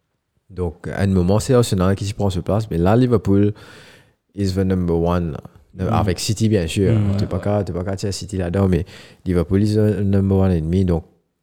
donc à un moment, c'est Arsenal qui s'y prend ce place, mais là, Liverpool is the number one. Mm. Avec City, bien sûr. Mm, tu n'es ouais, pas qu'à tirer City là-dedans, mais Liverpool is the number one ennemi. Donc,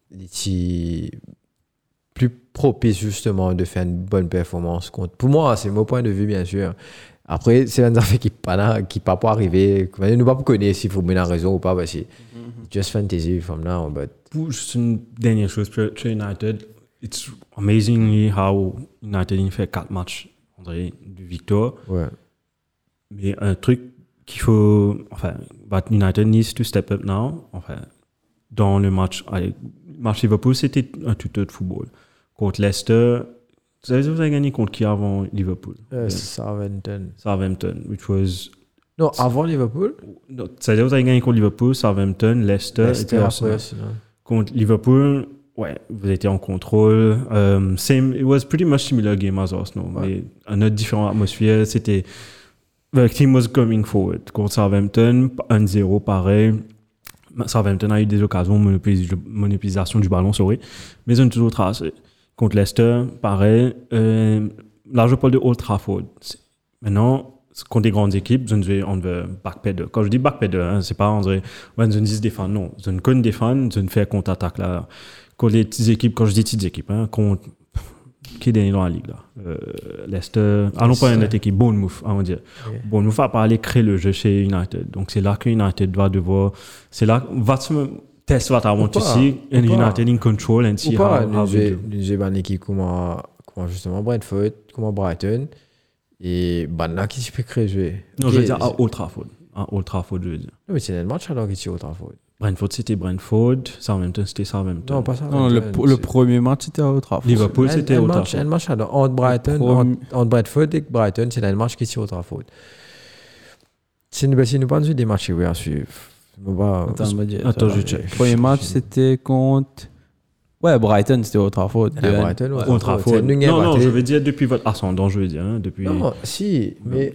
c'est plus propice justement de faire une bonne performance. Pour moi, c'est mon point de vue, bien sûr. Après, c'est un affaire qui ne peut pas arriver. Nous ne pouvons pas connaître s'il faut mener la raison ou pas, parce que mm-hmm. Just fantasy from now. But... Juste une dernière chose pour United. It's amazingly how United fait quatre matchs de victoire. Ouais. Mais un truc qu'il faut... Enfin, but United needs to step up now. Enfin, dans le match... Le match Liverpool, c'était un tuteur de football. Contre Leicester, vous avez, vous avez gagné contre qui avant Liverpool? uh, Southampton. Southampton, which was... Non, avant Liverpool? Non, c'est-à-dire vous avez gagné contre Liverpool, Southampton, Leicester, Leicester et Arsenal. Contre Liverpool, ouais, vous étiez en contrôle. Um, same, it was pretty much similar game as Arsenal, ouais. Mais une autre différente atmosphère, c'était... The team was coming forward. Contre Southampton, un zéro pareil. Southampton a eu des occasions de monopolisation du ballon, sorry. Mais ils ont toujours tracé. Contre Leicester, pareil. Euh, là, je parle de Old Trafford. Maintenant, contre des grandes équipes, on veut backpedal. Quand je dis backpedal, hein, c'est pas on dirait, ouais, on dit se défendre. Non, on ne connaît défendre, on fait contre-attaque là. Contre les petites équipes, quand je dis petites équipes, hein, contre qui est dernier dans la ligue là, euh, Leicester. Allons pas une autre équipe, Bournemouth, on va dire. Okay. Bournemouth va pas aller créer le jeu chez United. Donc c'est là que United va devoir, c'est là va test what I want to see and United in control and see how how we do. J'ai une équipe comme comme justement Brentford, comme Brighton et ben là qui peut créer jouer. Non, je veux dire à Old Trafford, à Old Trafford je veux dire. Non mais c'est un match alors qui est Old Trafford. Brentford c'était Brentford, Southampton c'était Southampton. Non, pas ça. Non, le, le premier match c'était Old Trafford. Liverpool c'était Old Trafford. Un match entre Brighton, entre, entre Brentford et Brighton, c'est un match qui est Old Trafford. Si nous si nous pas des matchs à suivre. Attends, Attends, je check. Le premier match c'était contre ouais, Brighton c'était Old Trafford. Yeah, Brighton ouais. Old Trafford. Non non, je veux dire depuis votre ascendant, je veux dire hein, depuis. Non, si, mais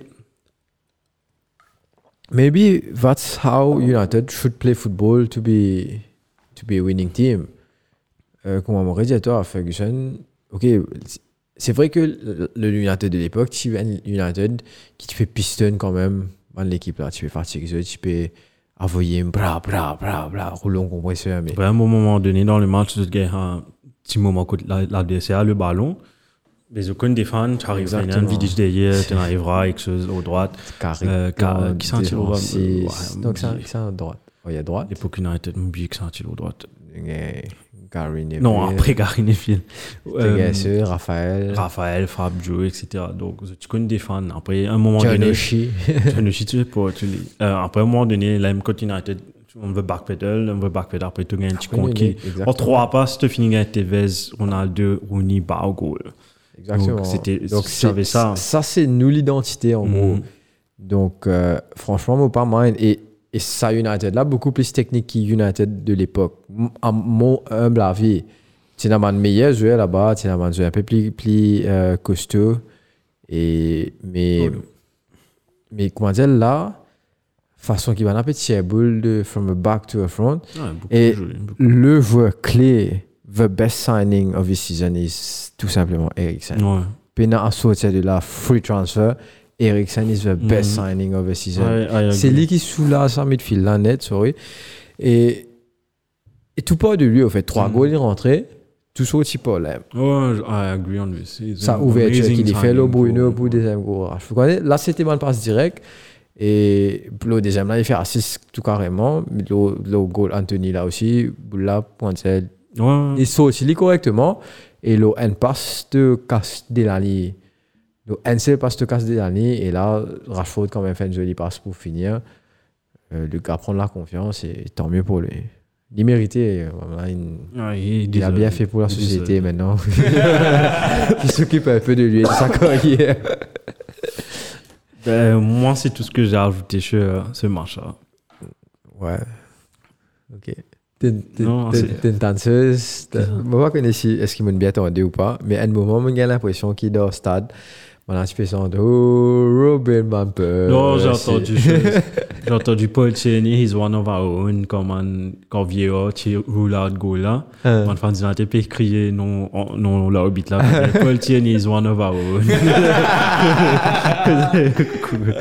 maybe that's how United should play football to be to be a winning team. Euh, comme on m'aurait dit à toi, Ferguson, ok, c'est vrai que le, le United de l'époque, tu es United qui te fait piston quand même dans l'équipe là, tu peux fatiguer, tu peux envoyer bra bra bra bra rouleau compresseur. Mais à un moment donné dans le match, tu as un petit moment que l'adversaire a le ballon. Mais aucun défense, tu arrives à un vidage derrière, tu arriveras avec chose au droite. Euh, car, qui s'en tire au droite. Donc, c'est à droite. Il y a droite. L'époque United, m'oublie que ça en tire au droite. Gary Neville. Non, après Gary Neville. euh, Raphaël. Raphaël, Fabio, et cetera. Donc, tu connais défendre. Après, un moment donné. Janoshi. Janoshi, tu sais pas. Tu euh, après, un moment donné, là, quand United, on veut backpedal, on veut backpedal. Après, tu gagnes un petit compte qui. En trois passes, tu finis avec Tevez, Ronaldo, Rooney, Bao, goal. Exactement. Donc, c'était, Donc c'est, ça. Ça, c'est nous l'identité, en mm. gros. Donc, euh, franchement, moi, pas mal. Et et ça United là beaucoup plus technique que United de l'époque. À mon humble avis, c'est un meilleur joueur là-bas, c'est un joueur un peu plus, plus euh, costaud. Et, mais, oh, mais comment dire là, façon qu'il va un peu tirer boule de from a back to a front. Ouais, et joli, le joueur clé, the best signing of this season is tout simplement Eriksen. Ouais. Puis il a sorti de la free transfer. Eriksen is the best mm. signing of the season. I, I c'est lui qui soulage sa midfield là net, sorry. Et, et tout part de lui, au fait. Trois mm. goals, il est rentré. Tout sorti par là. Oh, I agree on this. Ça ouverture qu'il fait le Bruno pour le deuxième goal. Là, c'était une passe directe. Et le deuxième, là, il fait assist tout carrément. Le, le goal Anthony là aussi. Là, pointel. Ouais. Il sorti correctement. Et le end passe de casse de la ligne. Le N C passe de casse de la ligne. Et là, Rashford, quand même, fait une jolie passe pour finir. Euh, le gars prend la confiance. Et tant mieux pour lui. Il méritait. Voilà, il, ouais, il, il a bien fait pour la société maintenant. Il s'occupe un peu de lui et de sa carrière. Ben, moi, c'est tout ce que j'ai ajouté sur ce match-là. Ouais. Ok. T'es une danseuse. Je ne sais pas si est-ce qu'il m'a bien entendu ou pas, mais à un moment, j'ai l'impression qu'il est dans le stade. On a un petit peu de oh, Robin Bumper. Non, j'ai entendu. J'ai entendu Paul Tierney, he's one of our own, comme un quand Vieira, tu roule out goal là. On fait dire, tu peux crier non, non, l'arbitre là. Paul Tierney is one of our own. Cool.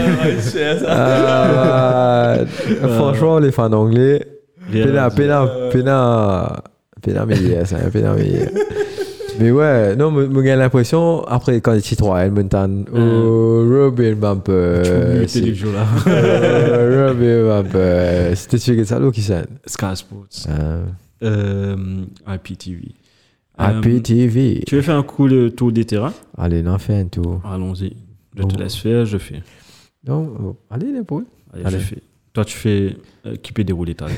Franchement, les fans anglais, pena, pena, pena, pena, meilleur, ça, pena, meilleur. Mais ouais, non, j'ai l'impression, après, quand il est Citroën, Montan, oh, Robin Bumper. Tu me les jours là. Robin Bumper. C'était tu ça, qui c'est Sky Sports. Euh, euh, I P T V. I P T V. Euh, tu veux faire un coup le tour des terrains? Allez, on fait un tour. Allons-y. Je te oh. laisse faire, je fais. Non, oh. allez, les poules. Allez, allez, je fais. Toi, tu fais euh, qui peut dérouler ta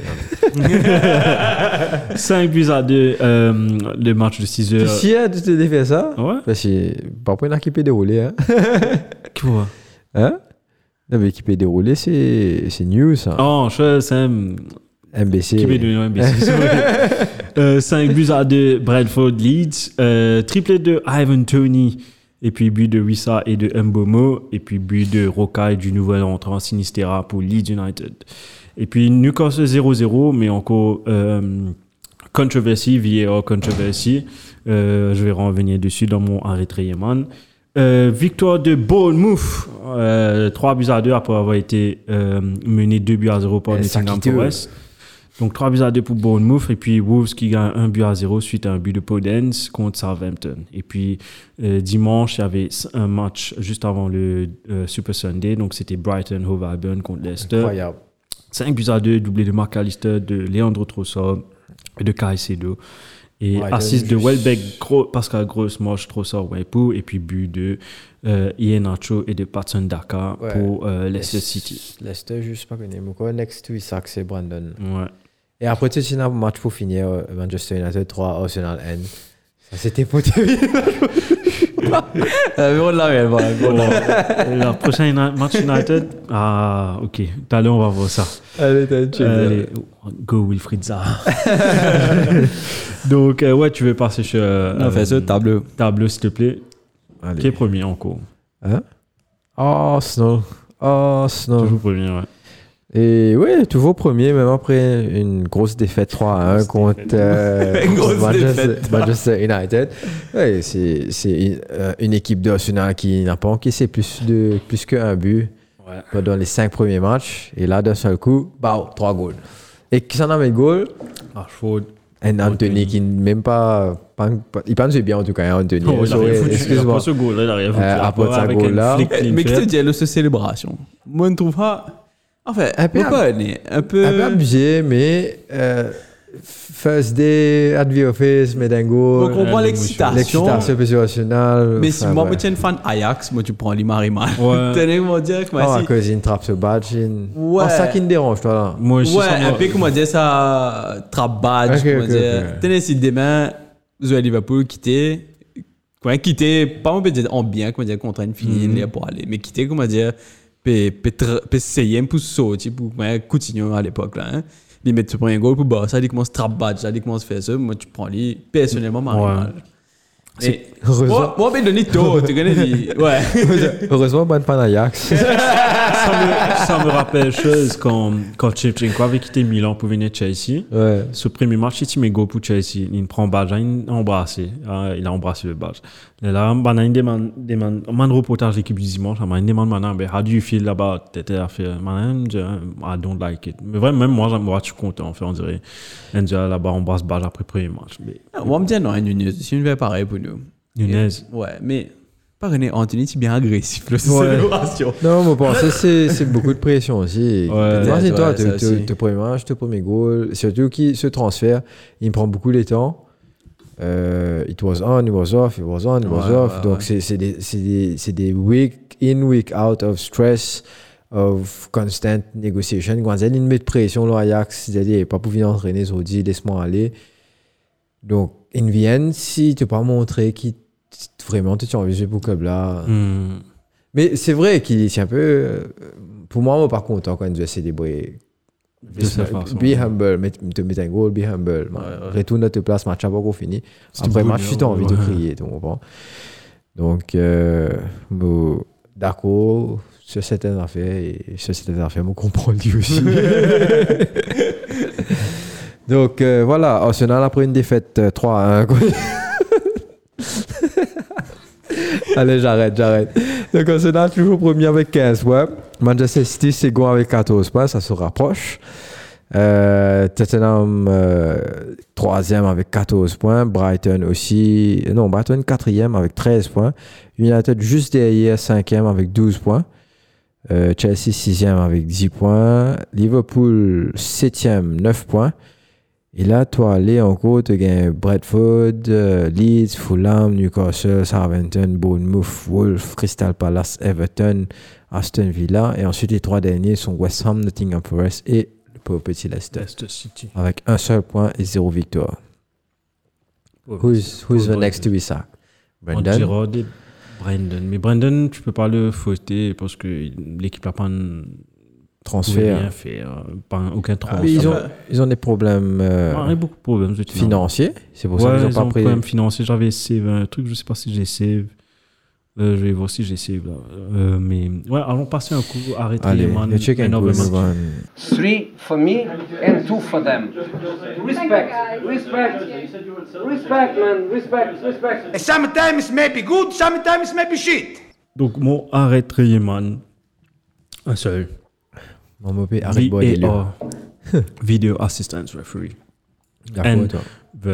cinq buts à deux, euh, le match de six heures. Tu sais, tu t'es fait ça? Ouais. Parce que, pas pour une équipe déroulée. Hein? Quoi? Hein? Non, mais équipe déroulée, c'est, c'est news. Ça. Oh, je sais. M B C. Qui peut donner M B C. euh, cinq buts à deux, Bradford Leeds. Euh, triplé de Ivan Toney. Et puis but de Wissa et de Mbomo. Et puis but de Rocaille du nouvel entrant Sinistera pour Leeds United. Et puis Newcastle zéro zéro, mais encore euh, controversy, V A R controversy. Euh, je vais revenir dessus dans mon arrêt Yeman. Euh, victoire de Bournemouth, euh, trois buts à deux après avoir été euh, mené deux buts à zéro par Nottingham Forest. Donc trois buts à deux pour Bournemouth et puis Wolves qui gagne un but à zéro suite à un but de Podence contre Southampton. Et puis euh, dimanche, il y avait un match juste avant le euh, Super Sunday, donc c'était Brighton Hove Albion contre Leicester. Incroyable. cinq buts à deux, doublé de Marc Allister, de Leandro Trossard et de Caicedo. Et ouais, assist de Welbeck, Gros, Pascal Gross, Mosh, Trossard, Waipu, et puis but de euh, Iheanacho et de Patson Daka ouais. pour euh, Leicester City. Leicester, je ne sais pas connaître. Pourquoi next to Isaac, c'est Brandon. Ouais. Et après, tu sais, un match pour finir, Manchester United trois, Arsenal N. Ça, c'était pour te La prochaine match United. Ah, ok. Tout à l'heure, on va voir ça. Allez, t'as Allez, go Wilfried Zaha. Donc, euh, ouais, tu veux passer sur. Euh, non, fais ça, tableau. Tableau, s'il te plaît. Allez. Qui est premier encore? Hein? Arsenal. Arsenal. Toujours premier, ouais. Et ouais, toujours premier, même après une grosse défaite trois à un contre, euh, contre Manchester, Manchester United. Ouais, c'est, c'est une, euh, une équipe d'Arsenal qui n'a pas encaissé plus, de, plus qu'un but ouais. pendant les cinq premiers matchs. Et là, d'un seul coup, bah, trois goals. Et qui s'en a mis le goal? Rashford. Et Anthony, Anthony qui même pas, pas, pas. Il pense bien en tout cas, Anthony. Oh, il a rien foutu. Excuse-moi. Après ce goal-là, il a rien foutu. Euh, après ce goal-là. Mais qui te dit, elle se célébration? Moi, je ne trouve pas. En fait, un peu, ab- un peu... un peu abusé, mais euh, first day, at the office, Medengo. On comprend l'excitation. L'excitation personnelle. Mais si moi, je suis un fan Ajax, moi, tu prends l'Imari mal. Ouais. Tu sais comment dire? Oh, à cause d'une trappe sur badge. Ouais. Oh, ça qui me dérange, toi, là. Moi aussi. Ouais, un peu, comment dire, ça, trappe badge, okay, comment okay, dire. Okay. Tenez, si demain, vous allez à Liverpool, quitter, quoi, quitter, pas on peut dire en bien, comment dire, contre une fille, mm-hmm. pour aller, mais quitter, comment dire, essayer pour sauter pour Coutinho à l'époque là. Hein. Il met ce premier goal pour bas, ça dit commence trap badge, ça dit commence faire ça, moi tu prends lui personnellement mal. Et moi moi ben donner tout, tu connais dit ouais. Heureusement bonne fan Ajax. ça, me, ça me rappelle chose quand quand Shevchenko avait quitté Milan pour venir Chelsea. Ouais. Ce premier match il met go pour Chelsea, il prend badge, il a embrassé, il a embrassé le badge. Là on a une demande demande man reportage l'équipe du dimanche, on a une demande maintenant ben how do you feel là-bas t'étais à faire man I don't like it. Mais vraiment même moi j'aime moi je suis content en fait on dirait Angel là-bas on embrasse badge après premier match. Mais moi me dire non Nunez, c'est une vraie pareil pour nous. Nunez. Ouais, mais pas René Anthony, c'est bien agressif là, cette célébration. Non, moi pense c'est c'est beaucoup de pression aussi. Ouais, imagine toi ouais, te premier match, te premier goal, surtout qui ce transfert, il me prend beaucoup de temps. Euh, it was on, it was off, it was on, it was ouais, off. Ouais, Donc ouais. c'est c'est des c'est des c'est des week in week out of stress of constant negotiation. Quand il met de pression là Ajax, c'est-à-dire pas pour venir entraîner aujourd'hui, laisse-moi aller. Donc in Vienne, si tu peux pas montrer qui vraiment tu as envie de jouer pour club là. Mm. Mais c'est vrai qu'il est un peu pour moi moi par contre quand il doit célébrer de cette façon. Be humble, mais te mettre un goal, be humble. Ouais, ouais. Retourne à ta place, match à pas fini. Après match, tu as envie ouais. de crier, tu comprends. Donc, euh, bon, d'accord, sur certaines affaires, et sur certaines affaires, je comprends lui aussi. Donc, euh, voilà, Arsenal après une défaite euh, trois à un. Allez, j'arrête, j'arrête. Donc, Arsenal toujours premier avec quinze points. Manchester City, second avec quatorze points, ça se rapproche. Euh, Tottenham, euh, troisième avec quatorze points. Brighton aussi. Non, Brighton, quatrième avec treize points. United juste derrière, cinquième avec douze points. Euh, Chelsea, sixième avec dix points. Liverpool, septième, neuf points. Et là, toi, aller encore, tu gagnes Bradford, euh, Leeds, Fulham, Newcastle, Southampton, Bournemouth, Wolves, Crystal Palace, Everton, Aston Villa. Et ensuite, les trois derniers sont West Ham, Nottingham Forest et le pauvre petit Leicester. Leicester City. Avec un seul point et zéro victoire. Who's, who's the next to be sacked? Brendan? Gerrard et Brendan. Mais Brendan, tu peux pas le fausser parce que l'équipe n'a pas un transfert. Rien faire, pas un, aucun transfert. Ah, ils, ont, ils ont des problèmes euh, ah, il y a beaucoup de problèmes financiers. C'est pour ouais, ça qu'ils ont ils pas ont pris. des problèmes financiers. J'avais save un truc, je sais pas si j'ai save. Euh, je vais voir si j'ai save là. Euh, mais ouais, allons passer un coup, arrêter Allez, les man. le check and Three for me and two for them. Respect, respect, respect, man, respect, respect. Sometimes maybe good, sometimes maybe shit. Donc mon arrêter man, un seul. Mon mopé arrête boire des lieux. Video Assistance Referee. D'accord, toi.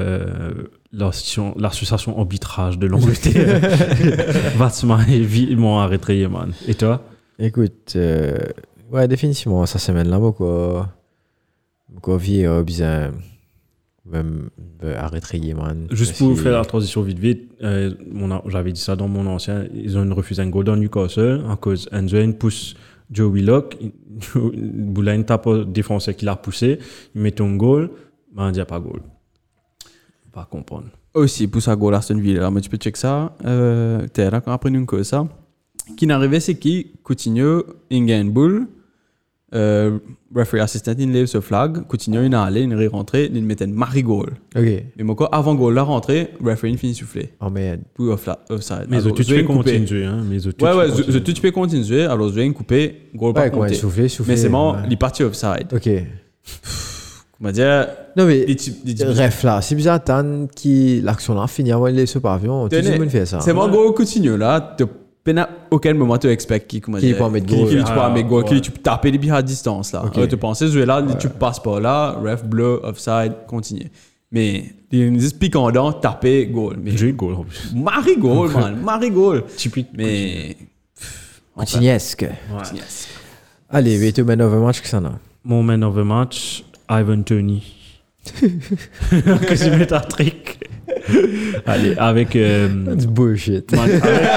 L'association arbitrage de l'Angleterre. Vatsman et mon arrêté, man. Et toi? Écoute, euh, ouais, définitivement, ça semaine là, moi, quoi. Quoi, vie, euh, bizarre. Même arrêter, man. Juste pour faire la transition vite, vite, euh, mon, j'avais dit ça dans mon ancien, ils ont refusé un goal dans Newcastle en cause Enzo pousse Joe Willock, Boulain tape au défenseur qui l'a poussé, il met un goal, mais il n'y a pas goal. Pas comprendre. Aussi, pour ça, goal Aston Villa, mais tu peux check ça. Euh, T'es là quand après nous que ça. Qui n'arrivait, c'est qui Coutinho, Inga Bull, euh, referee assistant, il lève ce flag. Coutinho, il est allé, il est rentré, il mettait un mari goal. Ok. Mais moi, avant goal, la rentrée, referee, il finit souffler. Oh merde. Pour offside. Mais tu peux continuer, hein. Ouais, ouais, tu peux continuer. Alors, je viens couper, goal pas compter. Souffler, souffler. Mais c'est bon, il est parti offside. Ok. On va dire. Non, mais. Bref, là, si vous attendez que l'action là finit avant de laisser au pavillon, tout le monde fait ça. C'est mon gros Coutinho là. À aucun moment tu expectes qui comment dire qui peut mettre goal qui tu peux mettre goal qui tu peux taper les billes à distance là okay. Tu penses jouer là tu passes pas là ref bleu offside continue mais ils expliquent en dedans taper goal mais j'ai goal en plus Marie goal man Marie goal typique mais Coutinhesque allez vite au man of the match que ça là mon man of the match Ivan Toney que je mets un trick. Allez, avec. Euh, That's bullshit. Man,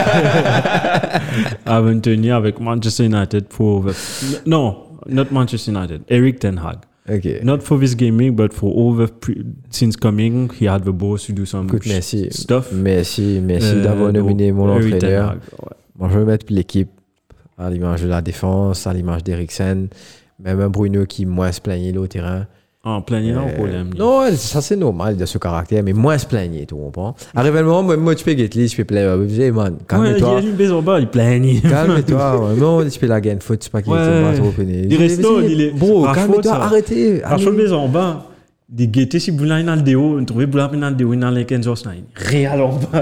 avec Ivan Toney avec Manchester United for. No, not Manchester United. Eric Ten Hag. Okay. Not for this gaming, but for all the. Pre- since coming, he had the balls to do some Écoute, merci. stuff. Merci, merci euh, d'avoir nominé mon entraîneur. Ouais. Moi, je vais mettre l'équipe à l'image de la défense, à l'image d'Eriksen. Même un Bruno qui moins se plaignait au terrain. En plein euh, problème. Non, ça c'est normal de ce caractère, mais moins se plaignait, tu comprends? Arrive le moment, moi, moi tu peux get je peux plaignir. Je dis, man, calme-toi. Ouais, il y a une maison bas, il plaigne. Calme-toi. Non, tu peux la gain foot, c'est pas qu'il est trop péné. Il reste là, il est. Bro, calme-toi, arrêtez. Rachel maison bas. Des guettés, si vous l'avez dans le déo, vous trouvez Boula dans le déo, dans les quinze heures, rien alors bas.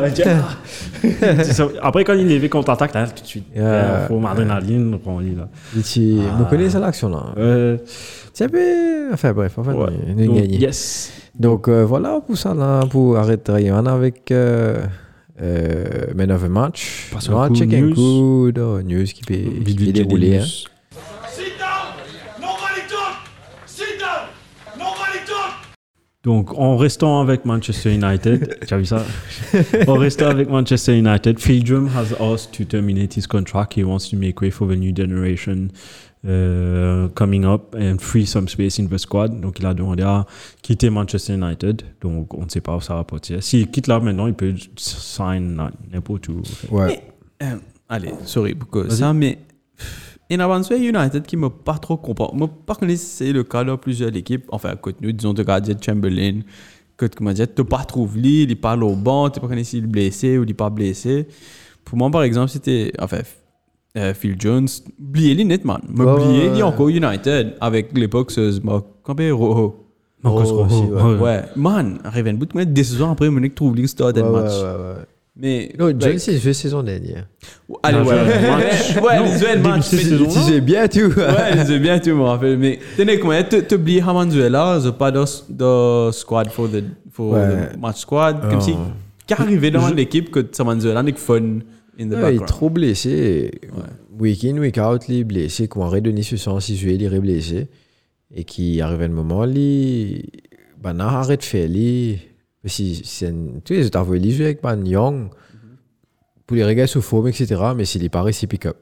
Après, quand il est levé contre-attaque, là, tout de suite. Il faut l'adrénaline, on lit là. Vous connaissez l'action là? C'est bien. Enfin bref, enfin, ouais. on a gagné. Yes. Donc euh, voilà pour ça, là, pour arrêter Ryan avec euh, euh, Man of the Match. Parce que check and good, oh, news qui peut, qui peut dérouler. Hein. Sit down! Nobody talk! Sit down! Nobody talk! Donc, en restant avec Manchester United, tu as vu ça? En restant avec Manchester United, Phil Jones has asked to terminate his contract. He wants to make way for the new generation. Uh, coming up and free some space in the squad. Donc, il a demandé à quitter Manchester United. Donc, on ne sait pas où ça va partir. S'il quitte là maintenant, il peut sign n'importe où. Ouais. Mais, euh, allez, sorry pour ça, mais il y a un United qui ne m'a pas trop compris. Moi, par contre, c'est le cas de plusieurs équipes. Enfin, à côté nous, disons, de garder Chamberlain, que tu n'as pas trouvé lui, il parle au banc, tu n'es pas s'il est blessé ou il n'est pas blessé. Pour moi, par exemple, c'était. Enfin, Uh, Phil Jones, oubliez les nettement. M'oubliez, il y a encore United avec l'époque, c'est Campero. Marcus Rossi, ouais. Ouais, man, arrive un bout de deux saisons après, on trouve le start d'un match. Ouais, ouais, ouais. Mais. Non, Jones, c'est joué saison dernière. Allez, ouais, ouais, il jouait le match. Il jouait bien, tout. Ouais, il jouait bien, tout, je me rappelle. Mais, tenez, comment tu oublies Hamanzuela, c'est pas de squad for the match squad, comme si, qui arrivait dans l'équipe que Hamanzuela n'est fun. In the ouais, il est trop blessé. Ouais. Week in, week out, il est blessé. Quand on redonne ce sens, il jouait, il est blessé. Et qui arrive un moment, il ben, arrête de faire. Tu sais, tu as vu, il joue avec Ban Young pour les regarder sous forme, et cetera. Mais s'il est pas réussi, pick up.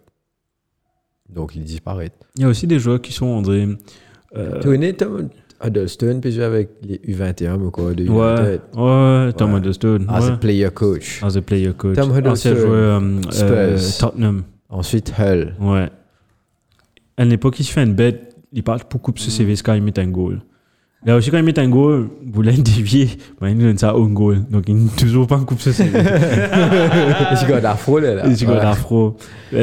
Donc il disparaît. Il y a aussi des joueurs qui sont, André. Euh... Tu connais Tom Huddleston, puis jouer avec les U vingt et un, ou quoi, de ouais, ouais, Tom ouais. Huddleston. As ouais. a player coach. As a player coach. Tom Huddleston. Joueur, um, euh, Tottenham. Ensuite, Hull. Ouais. À l'époque, il se fait une bête, il parle pour couper ce C V quand il met un goal. Là aussi, quand il met un goal, vous l'avez dévié, il nous donne ça un goal. Donc, il n'est toujours pas un coupe ce C V. Il y a d'afro, là. Il y a d'afro.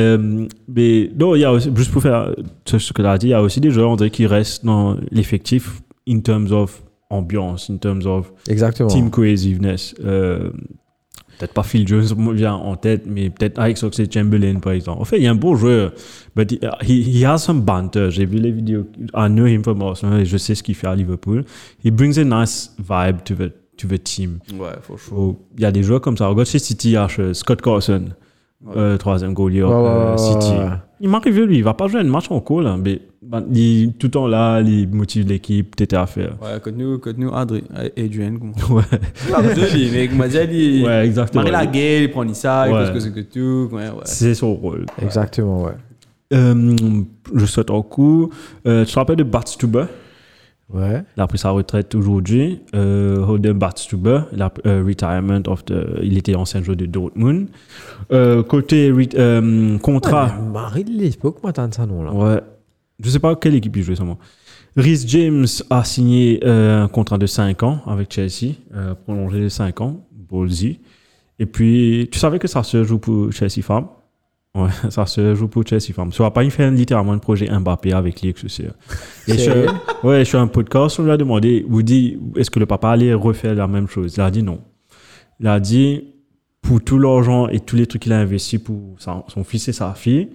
Mais non, il y a aussi, juste pour faire ce que tu as dit, il y a aussi des joueurs, on dirait, qui restent dans l'effectif in terms of ambiance, in terms of Exactement. Team cohesiveness. Euh, peut-être pas Phil Jones me vient en tête, mais peut-être Alex Oxlade-Chamberlain, par exemple. En fait, il y a un bon joueur, but he, he has some banter. J'ai vu les vidéos. I know him from Arsenal, et je sais ce qu'il fait à Liverpool. He brings a nice vibe to the, to the team. Ouais, for sure. Il y a des joueurs comme ça. Regarde chez City, il y a Scott Carson, ouais. euh, troisième goalie ouais, euh, ouais, City. Ouais. Il m'arrive, lui, il va pas jouer un match en cours, là, mais ben, il, tout le temps là, il motive l'équipe, t'étais à faire. Ouais, quand nous, quand nous, Adrien, Adrien, ouais. Adrien, mais comme je dit, ouais, exactement. Marie Laguerre, il prend ça, il pense que c'est que tout, ouais, ouais. C'est son rôle. Exactement, ouais. Euh, je saute en coup. Euh, tu te rappelles de Bartstuber? Ouais. Il a pris sa retraite aujourd'hui. Euh, Holden Bartstuber, il a euh, retirement of the, il était ancien joueur de Dortmund. Euh, côté euh, contrat. Ouais, Marie de l'époque, moi, t'as ça nom là. Ouais. Je sais pas quelle équipe il jouait seulement. Rhys James a signé euh, un contrat de cinq ans avec Chelsea, euh, prolongé de cinq ans, Ballsy. Et puis, tu savais que sa sœur joue pour Chelsea Farm? Ouais, ça se joue pour Chelsea Farm. Ça va pas, il fait littéralement un projet Mbappé avec lui, que c'est. Et je, ouais, je suis un podcast, on lui a demandé, vous dit, est-ce que le papa allait refaire la même chose? Il a dit non. Il a dit, pour tout l'argent et tous les trucs qu'il a investi pour sa, son fils et sa fille,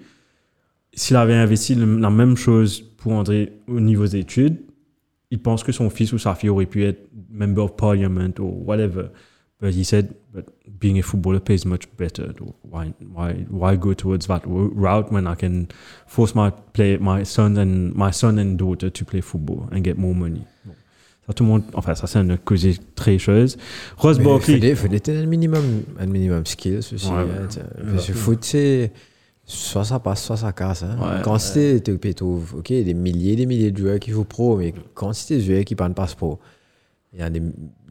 s'il avait investi le, la même chose pour André au niveau des études, il pense que son fils ou sa fille aurait pu être member of parliament or whatever. But he said, but being a footballer pays much better. Why, why, why go towards that route when I can force my play, my son and my son and daughter to play football and get more money? Bon. Ça, tout le monde, enfin, ça, c'est une cause très chose. Ross Barkley. Il faut être un minimum, un minimum skills aussi. Ouais, hein, ouais. Le foot, c'est soit ça passe, soit ça casse. Hein. Ouais, quand c'était, ouais. ok, des milliers, des milliers de joueurs qui jouent pro, mais quand c'était des joueurs qui ne passent pro, il y a des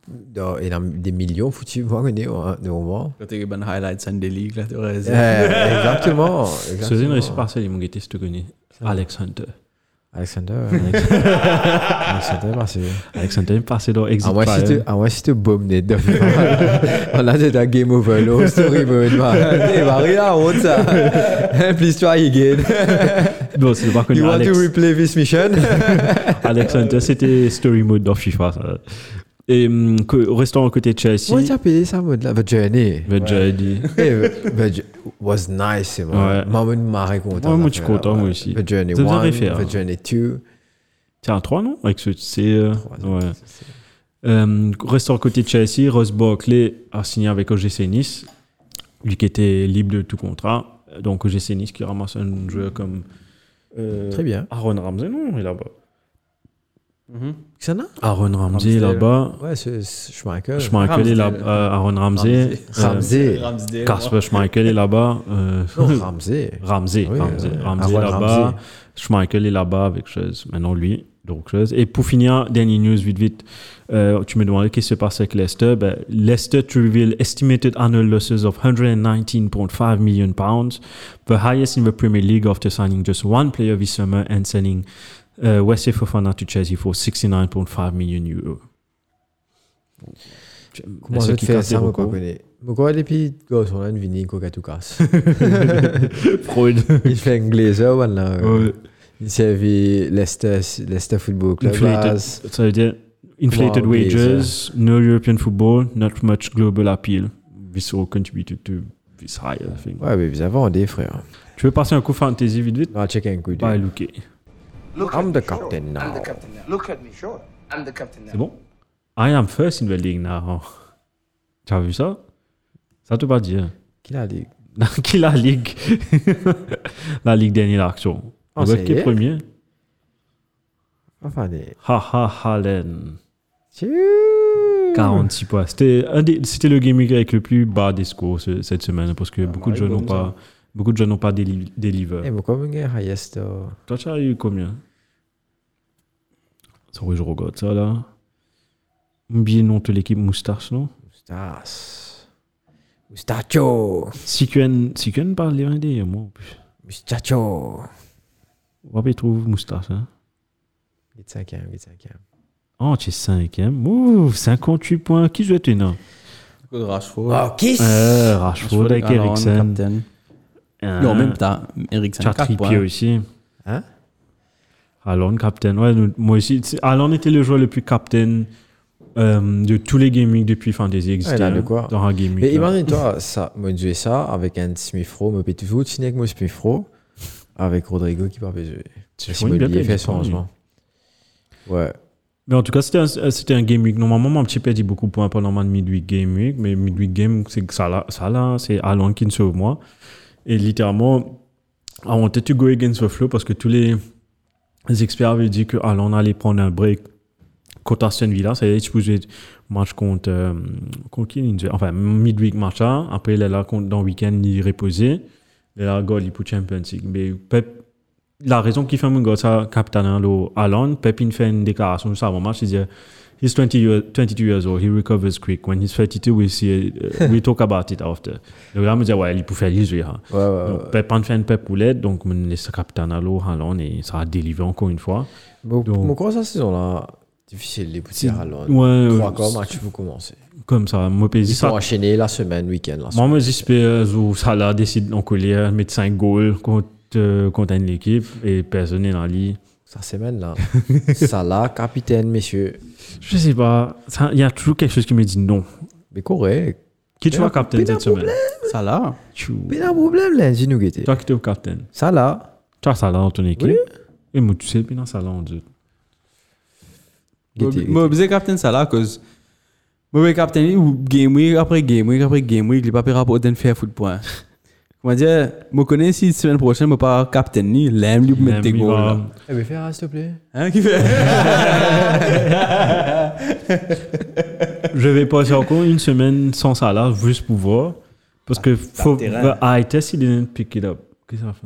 il y a des millions foutus, moi, on est de moment. Quand tu as un highlight Sunday League, là, tu aurais dit. Exactement. C'est une réussite par ça, les monguetés, si tu connais. Alex Hunter. Alexander. Alexander, merci. Alexander est passé dans Exit Fire. Ah, moi, si tu bombes net de on a c'est un game over, là. Story mode, man. Eh, bah, rien, honte, ça. Please try again. Non, c'est pas connu. You want to replay this mission? Alex Hunter, c'était story mode dans FIFA, ça. Et um, restant à côté de Chelsea. Moi, j'ai appelé ça mode là, The Journey. The Journey. It was nice, c'est moi. Moi, je suis content. Moi, je suis content, moi aussi. The Journey one, The Journey two. Tiens, trois, non? Avec ce, c'est. Euh, ouais. Euh, restant à côté de Chelsea, Ross Barkley a signé avec O G C Nice, lui qui était libre de tout contrat. Donc, O G C Nice qui ramasse un joueur comme. Euh, Très bien. Aaron Ramsey, non? Il est là-bas. Mm-hmm. Ça n'a Aaron Ramsey est là-bas. Ouais, c'est Schmeichel. Schmeichel est là-bas. Euh, Aaron Ramsey. Ramsey. Kasper Schmeichel est là-bas. Euh, non, Ramsey. Ramsey. Oui, Ramsey, euh, Ramsey est là-bas. Schmeichel est là-bas avec chose. Maintenant, lui. Donc, chose. Et pour finir, dernière news, vite, vite. Euh, tu me demandais qu'est-ce qui se passe avec Leicester. Ben, Leicester to reveal estimated annual losses of one hundred nineteen point five million pounds, the highest in the Premier League after signing just one player this summer and selling Uh, Wesley Fofana to Chelsea for sixty-nine point five million euros. Comment ça te fait ça, moi, pas connaître. Pourquoi les petits gars sont là, une vinyle, quoi, tout casse. Freud. Il fait un glazer, voilà. Il servait Leicester, Leicester Football Club. Inflated, ça veut dire inflated wages, no European football, not much global appeal. This all contributed to this higher thing. Ouais, mais vous avez vendé, frère. Tu veux passer un coup fantasy vite, vite? Non, check un coup. Bye, Luke. Look I'm the sure. captain now. I'm the captain now. Look at me, sure. I'm the captain now. C'est bon? I am first in the league now. Tu as vu ça? Ça te va dire. Qui la ligue? Qui la ligue? La ligue dernière action. Oh, le qui est premier? Enfin, Ha ha Halen. quarante-six points. C'était, un des, c'était le game week avec le plus bas des scores ce, cette semaine parce que ah, beaucoup, de jeunes n'ont pas, beaucoup de jeunes n'ont pas déli- deliver. Eh, mais comment est highest? Toi, tu as eu combien? Ça, oui, je regarde ça là. Bien nom de l'équipe Moustache, non? Moustache. Moustacho. Si tu as parlé un des mots. Moustacho. On va trouver Moustache, hein? Il est cinquième, il est cinquième. Oh, tu es cinquième. Ouh, cinquante-huit points. Qui joue tu non? Rashford. Oh, qui? Euh, Rashford avec Eriksen. Euh, non, même t'as Eriksen. Tu as Trippier aussi. Hein? Alon, captain. Ouais, nous, moi aussi. Alon était le joueur le plus captain euh, de tous les gaming depuis Fantasy existait. Ouais, là, de quoi? Dans un gaming. Mais imagine-toi, ça, moi, je jouais ça avec un Smith-Rowe, mais puis toujours signé avec moi Smith-Rowe, avec Rodrigo qui va jouer. C'est une belle fait son changement. Ouais. Mais en tout cas, c'était un, c'était un game week. Normalement, mon petit père dit beaucoup de points pendant ma midweek game week, mais midweek game, c'est ça là, ça là, c'est Alon qui ne sauve moi. Et littéralement, I wanted to go against the flow parce que tous les, les experts avaient dit que Alon allait prendre un break contre Aston Villa. Ça y est, tu peux jouer match contre, euh, contre qui? Enfin, midweek match là. Après, il est là contre, dans le week-end, il est reposé. Il est là, goal, il pour Champions League. Mais Pep, la raison qui fait mon gars, ça, capitaine Alon, Pep, il fait une déclaration juste avant le match. Il dit, he's twenty-two years old, he recovers quick. When he's thirty-two, we see, uh, we talk about it after. Le gars me dit, ouais, il peut faire les jouer. Hein. Ouais, ouais, donc, ouais. Pep, on fait une Pep poulette, donc, on laisse capitaine Alon et ça a délivré encore une fois. Bon, donc, mon crois, ça, saison-là, difficile les pousser à Alon. Ouais, trois quarts match, vous commencez. Comme ça, moi, Ils ça. sont enchaînés la semaine, week-end. La moi, moi, j'espère que Salah décide d'en coller, mettre cinq goals contre, euh, contre l'équipe et personne n'est dans lit. Sa semaine là. Salah, capitaine, messieurs. Je sais pas. Il y a toujours quelque chose qui me dit non. Mais correct. Qui tu vas capitaine cette semaine? Salah. Mais un problème là, dis-nous qui toi qui es au capitaine. Salah. Tu as Salah dans ton équipe. Oui. Et moi, tu sais, puis dans Salah, on dit. Moi, je suis capitaine Salah parce que moi, je suis capitaine game week après game week après game week, il n'y a pas de rapport à faire foot point. Comment dire, je connais si la semaine prochaine, je ne suis pas capitaine ni l'aime lui pour mettre des goals. Eh bien, fais s'il te plaît. Hein, qui fait? Je vais passer encore une semaine sans Salah, juste pour voir. Parce que faut. Ah, il teste, il didn't pick it up. Qu'est-ce que ça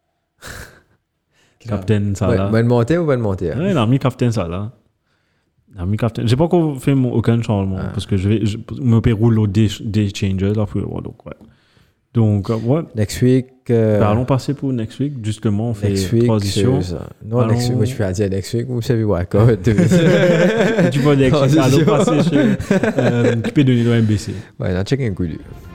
fait? Captain Salah. Bonne montée ou bonne montée? Ouais, il a mis Captain Salah. Mi captain. J'ai pas encore fait mon, aucun changement ah. parce que je vais je, me payer rouler des des changes là pour ouais, donc ouais. Donc euh, ouais. Next week. Euh... Ben, allons passer pour next week justement on fait next week, transition. Non allons... next week moi je vais dire next week vous savez quoi quoi. Tu vois next week allons passer chez euh, tu peux donner le M B C. Ouais, on a checké un coup.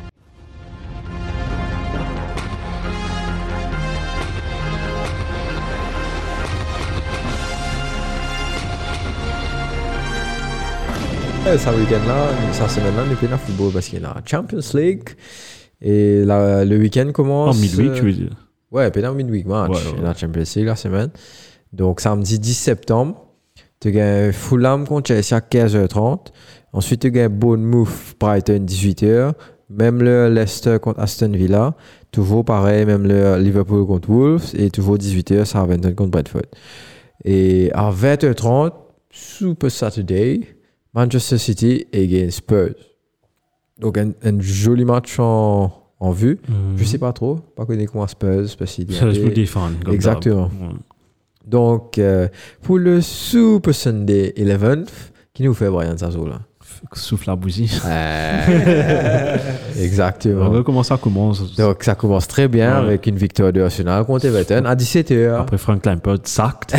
Ce week-end-là, cette semaine-là, on est plein de football parce qu'il y a la Champions League et la, le week-end commence. En midweek, tu veux dire? Ouais, plein de midweek match. Ouais, ouais. La Champions League la semaine. Donc, samedi dix septembre, tu as Fulham contre Chelsea à quinze heures trente. Ensuite, tu as Bournemouth Brighton dix-huit heures. Même le Leicester contre Aston Villa. Toujours pareil, même le Liverpool contre Wolves. Et toujours dix-huit heures, Southampton contre Brentford. Et à vingt heures trente, Super Saturday. Manchester City against Spurs. Donc, un, un joli match en, en vue. Mm-hmm. Je ne sais pas trop. Pas connu comment Spurs. Parce qu'il y a des... défendre. Exactement. Ouais. Donc, euh, pour le Super Sunday eleventh, qui nous fait Brian Sazo là? Souffle la bougie. Euh, exactement. On va comment ça commence. Donc, ça commence très bien ouais. avec une victoire de Arsenal contre Everton à dix-sept heures. Après, Frank Lampard sacked.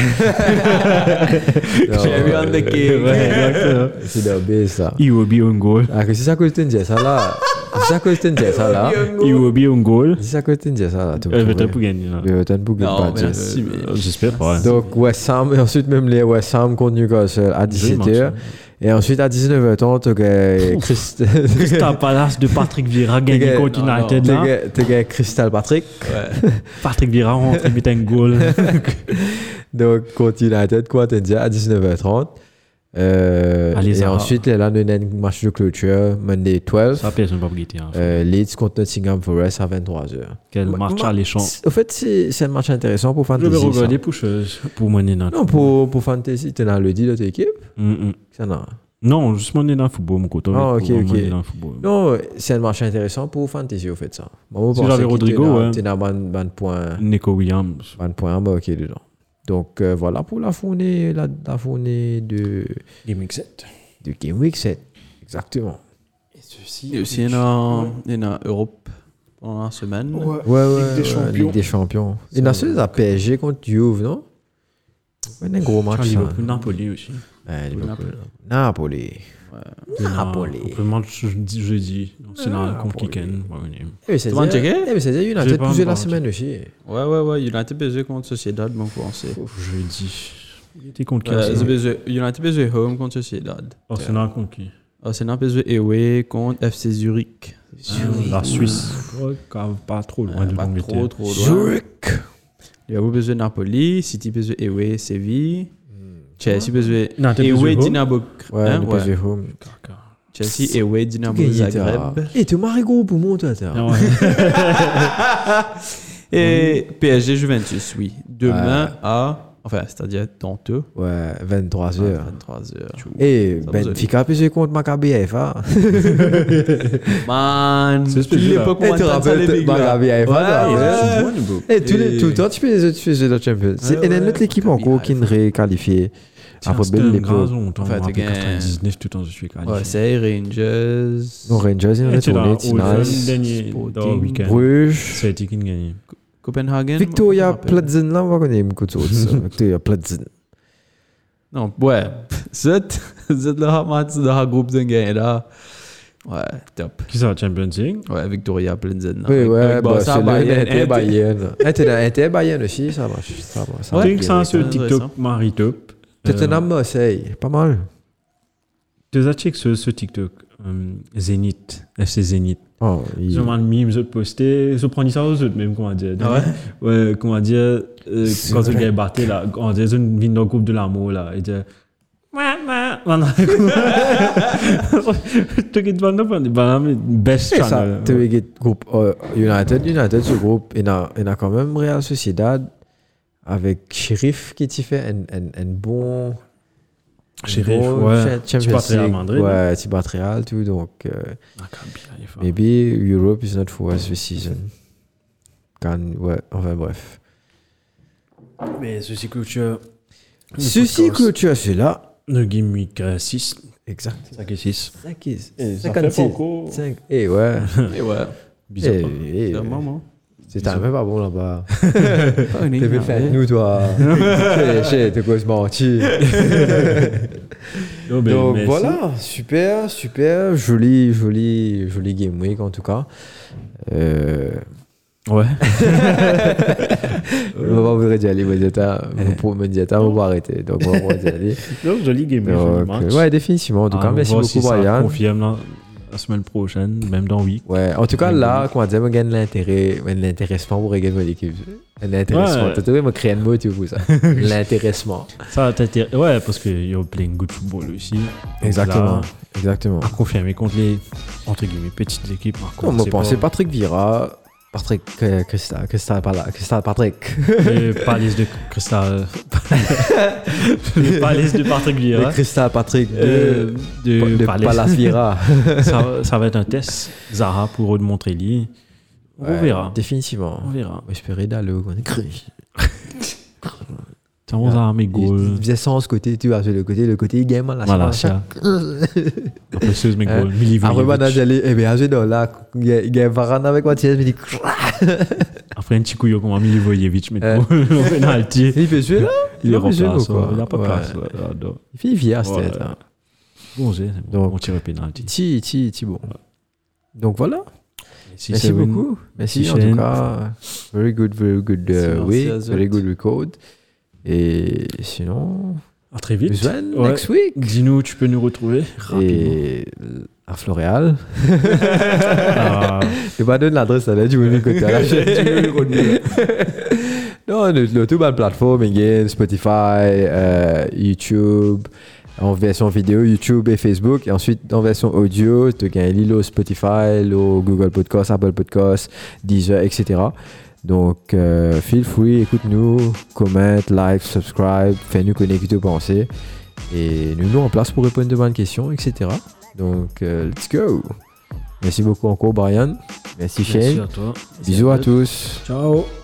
J'ai vu un de qui. C'est de ça. Il will be on goal. Ah, c'est ça que tu dis ça là. C'est ça que tu dis ça là. Il will be on goal. C'est ça que tu dis ça là. Everton pour gagner. Everton pour gagner. Non, merci. J'espère pas. Donc, West Ham, et ensuite même les West Ham contre Newcastle à dix-sept heures. Et ensuite, à dix-neuf heures trente, tu as Christ... Crystal Palace de Patrick Vieira gagné contre United. Tu as Crystal Patrick. Ouais. Patrick Vieira rentre, il met un goal. Donc, contre United, quoi, tu dis à dix-neuf heures trente. Euh, et ensuite, là, on a un match de clôture, Monday douze. Ça, personne ne va guetter. Hein. Euh, Leeds contre Nottingham Forest à vingt-trois heures. Quel ma, match ma, alléchant. Au fait, c'est, c'est un match intéressant pour Fantasy. Je vais regarder pour, pour moi. Non, pour, pour Fantasy, tu as le dit de ton équipe. Mm-hmm. Ça n'a. Non, juste mon dans le football, mon côté. Ah, ok, ok. Football. Non, c'est un match intéressant pour Fantasy, au fait, ça. Bon, si j'avais Rodrigo, ouais. Tu as un point. Nico Williams. Un point, bah, ok, dedans. Donc, euh, voilà pour la fournée, la, la fournée de... Game Week sept. De Game Week sept, exactement. Et ceci... Et aussi, il y en a Europe pendant la semaine. Ouais, ouais, ouais. Ligue des Champions. Ligue des Champions. Il y en a ceux à P S G contre Juve, non? C'est un gros match, ça. Liverpool, Napoli aussi. Ouais, Liverpool. Napoli. Ouais. Napoli. Le match jeudi. C'est là contre Kiken. Mais c'est ça, United plusieurs la semaine aussi. Ouais, ouais, ouais. United P S G contre Sociedad, mon pensée. Jeudi. Il était contre qui? United P S G home contre Sociedad. Arsenal contre qui? Arsenal P S G away contre F C Zurich. La Suisse. Pas trop loin de l'Angleterre. Pas trop, trop loin. Zurich. Liverpool P S G Napoli. City P S G away Séville. Chelsea P S G away Dinamo. Ouais, P S G home. Chelsea away Dinamo Zagreb. Et tu m'as rigolé pour mon toi. Et P S G Juventus, oui. Demain à... Enfin, c'est-à-dire tantôt. Ouais, vingt-trois heures. vingt-trois heures. Et Benfica P S G contre Maccabi Haïfa. Man, c'est l'époque où on entend les big Maccabi Haïfa. Et tout le temps, tu fais les autres champions. C'est une autre équipe encore qui ne réqualifiée. Après belle l'époque. Enfin, tu gagnes quatre-vingt-dix-neuf tout le temps je suis qualifié. Ouais, c'est Rangers. Non, Rangers ils ont retourné, c'est nice. Bruges. C'est qui qui gagne. Copenhagen. Victoria Plzen là, on va connaître beaucoup de choses. Victoria Plzen. Non, ouais. C'est c'est le match de la groupe de gagne là. Ouais, top. Qui ça, Champions League? Ouais, Victoria Plzen. Oui, ouais, bah, c'est le Bayern. Inter Bayern aussi, ça marche. Ça marche. Je think ça sur TikTok, Marie top. Tottenham Marseille, pas mal. Tu as checké ce, ce TikTok, um, Zénith, F C Zénith. Oh, ils ont un meme, ils ont posté, ils ont pris ça aux autres, même, comment dire. Ah ouais? Ouais, comment dire, euh, quand ils ont battu, là, on dit, ils ont vu dans le groupe de l'amour, là, ils disent, ouais, ouais, tu as dit, best channel. Tu as dit, groupe United, United, ce groupe, il a quand même Real Sociedad. Avec Sheriff qui t'y fait un, un, un bon. Sheriff, bon ouais. Tu bats Real Madrid. Ouais, tu bats Real, tout. Donc, euh, ah, maybe Europe is not for us this season. Can, ouais, enfin bref. Mais ceci clôture. Ceci clôture, c'est là. Le Game Week six. Exact. cinq et six. cinq et Et ça fait pas encore. cinq. Et ouais. Et ouais. Bizarre. Et, et, C'est un moment. c'est un peu pas bon là-bas. T'es fait faire nous, toi. Chez, t'es quoi, ce menti. Non, mais Donc merci. voilà, super, super. Joli, joli, joli Game Week en tout cas. Euh. Ouais. On va vous dire les médiateurs, pour médiateurs, on va arrêter. Donc, on va dire aller. Non, joli Game Week. joli match. Ouais, définitivement. En tout Ah, cas, on merci voit beaucoup, si ça Brian. confirme la, la semaine prochaine, même dans week. Ouais, en tout cas, là, comment dire, moi, je gagne l'intérêt, l'intéressement pour regarder mon équipe. L'intéressement. Ouais. T'as trouvé, moi, créer un mot, tu vois ça. L'intéressement. Ça t'intéresse. Ouais, parce qu'il y a plein de good football aussi. Donc Exactement. là, Exactement. à confirmer contre les, entre guillemets, petites équipes. Par On contre, m'a c'est pensé pas- Patrick Vieira. Patrick euh, Cristal, Cristal, pas là, Cristal Patrick. Le Palace de Cristal. Le Palace de Patrick Le Vieira. Cristal Patrick Euh, de, de de Palace. Palace Vieira. ça, ça va être un test. Zara pour démontrer lui. On Ouais, verra. Définitivement. On verra. J'espérais d'aller au Tiens, on a mes Il goals. faisait ça ce côté, tu vois, sur le côté, le côté, il gagne, là. Voilà, ça. Après, c'est mes goals. Milivojevic. Après, maintenant, j'allais, eh bien, j'ai dans là, il y a- il y a Varane avec moi, tu sais, je me dis, Après, un petit couillon comme Milivojevic, mais Euh. pour le penalty. il fait jouer là? Il est fait jouer, remplace. ou quoi? Il n'a pas de Ouais. place. ouais, là-dedans. Il fait vieille, cette Ouais. tête, là. Bon, c'est bon. Donc, On tire le penalty. Ti, ti, ti, bon. Donc voilà. Si Merci c'est win- beaucoup. Merci en Shane. tout cas. Very good, very good uh, Merci, week. merci, Very Azot. good record. Et sinon, À très vite. Sven, Ouais. next week. Dis-nous, tu peux nous retrouver rapidement. Et à Floréal. Ah, Je vais pas donner l'adresse à la du côté à la chaîne. Non, le, le tout belle plateforme, again, Spotify, euh, YouTube, en version vidéo, YouTube et Facebook. Et ensuite, en version audio, tu as Lilo, Spotify, le Google Podcast, Apple Podcast, Deezer, et cetera. Donc, euh, feel free, écoute-nous, commente, like, subscribe, fais-nous connaître ce que tu penses. Et nous nous en place pour répondre de bonnes questions, et cetera. Donc, euh, let's go. Merci beaucoup encore, Brian. Merci, Shane. merci à toi. Bisous à tous. Ciao.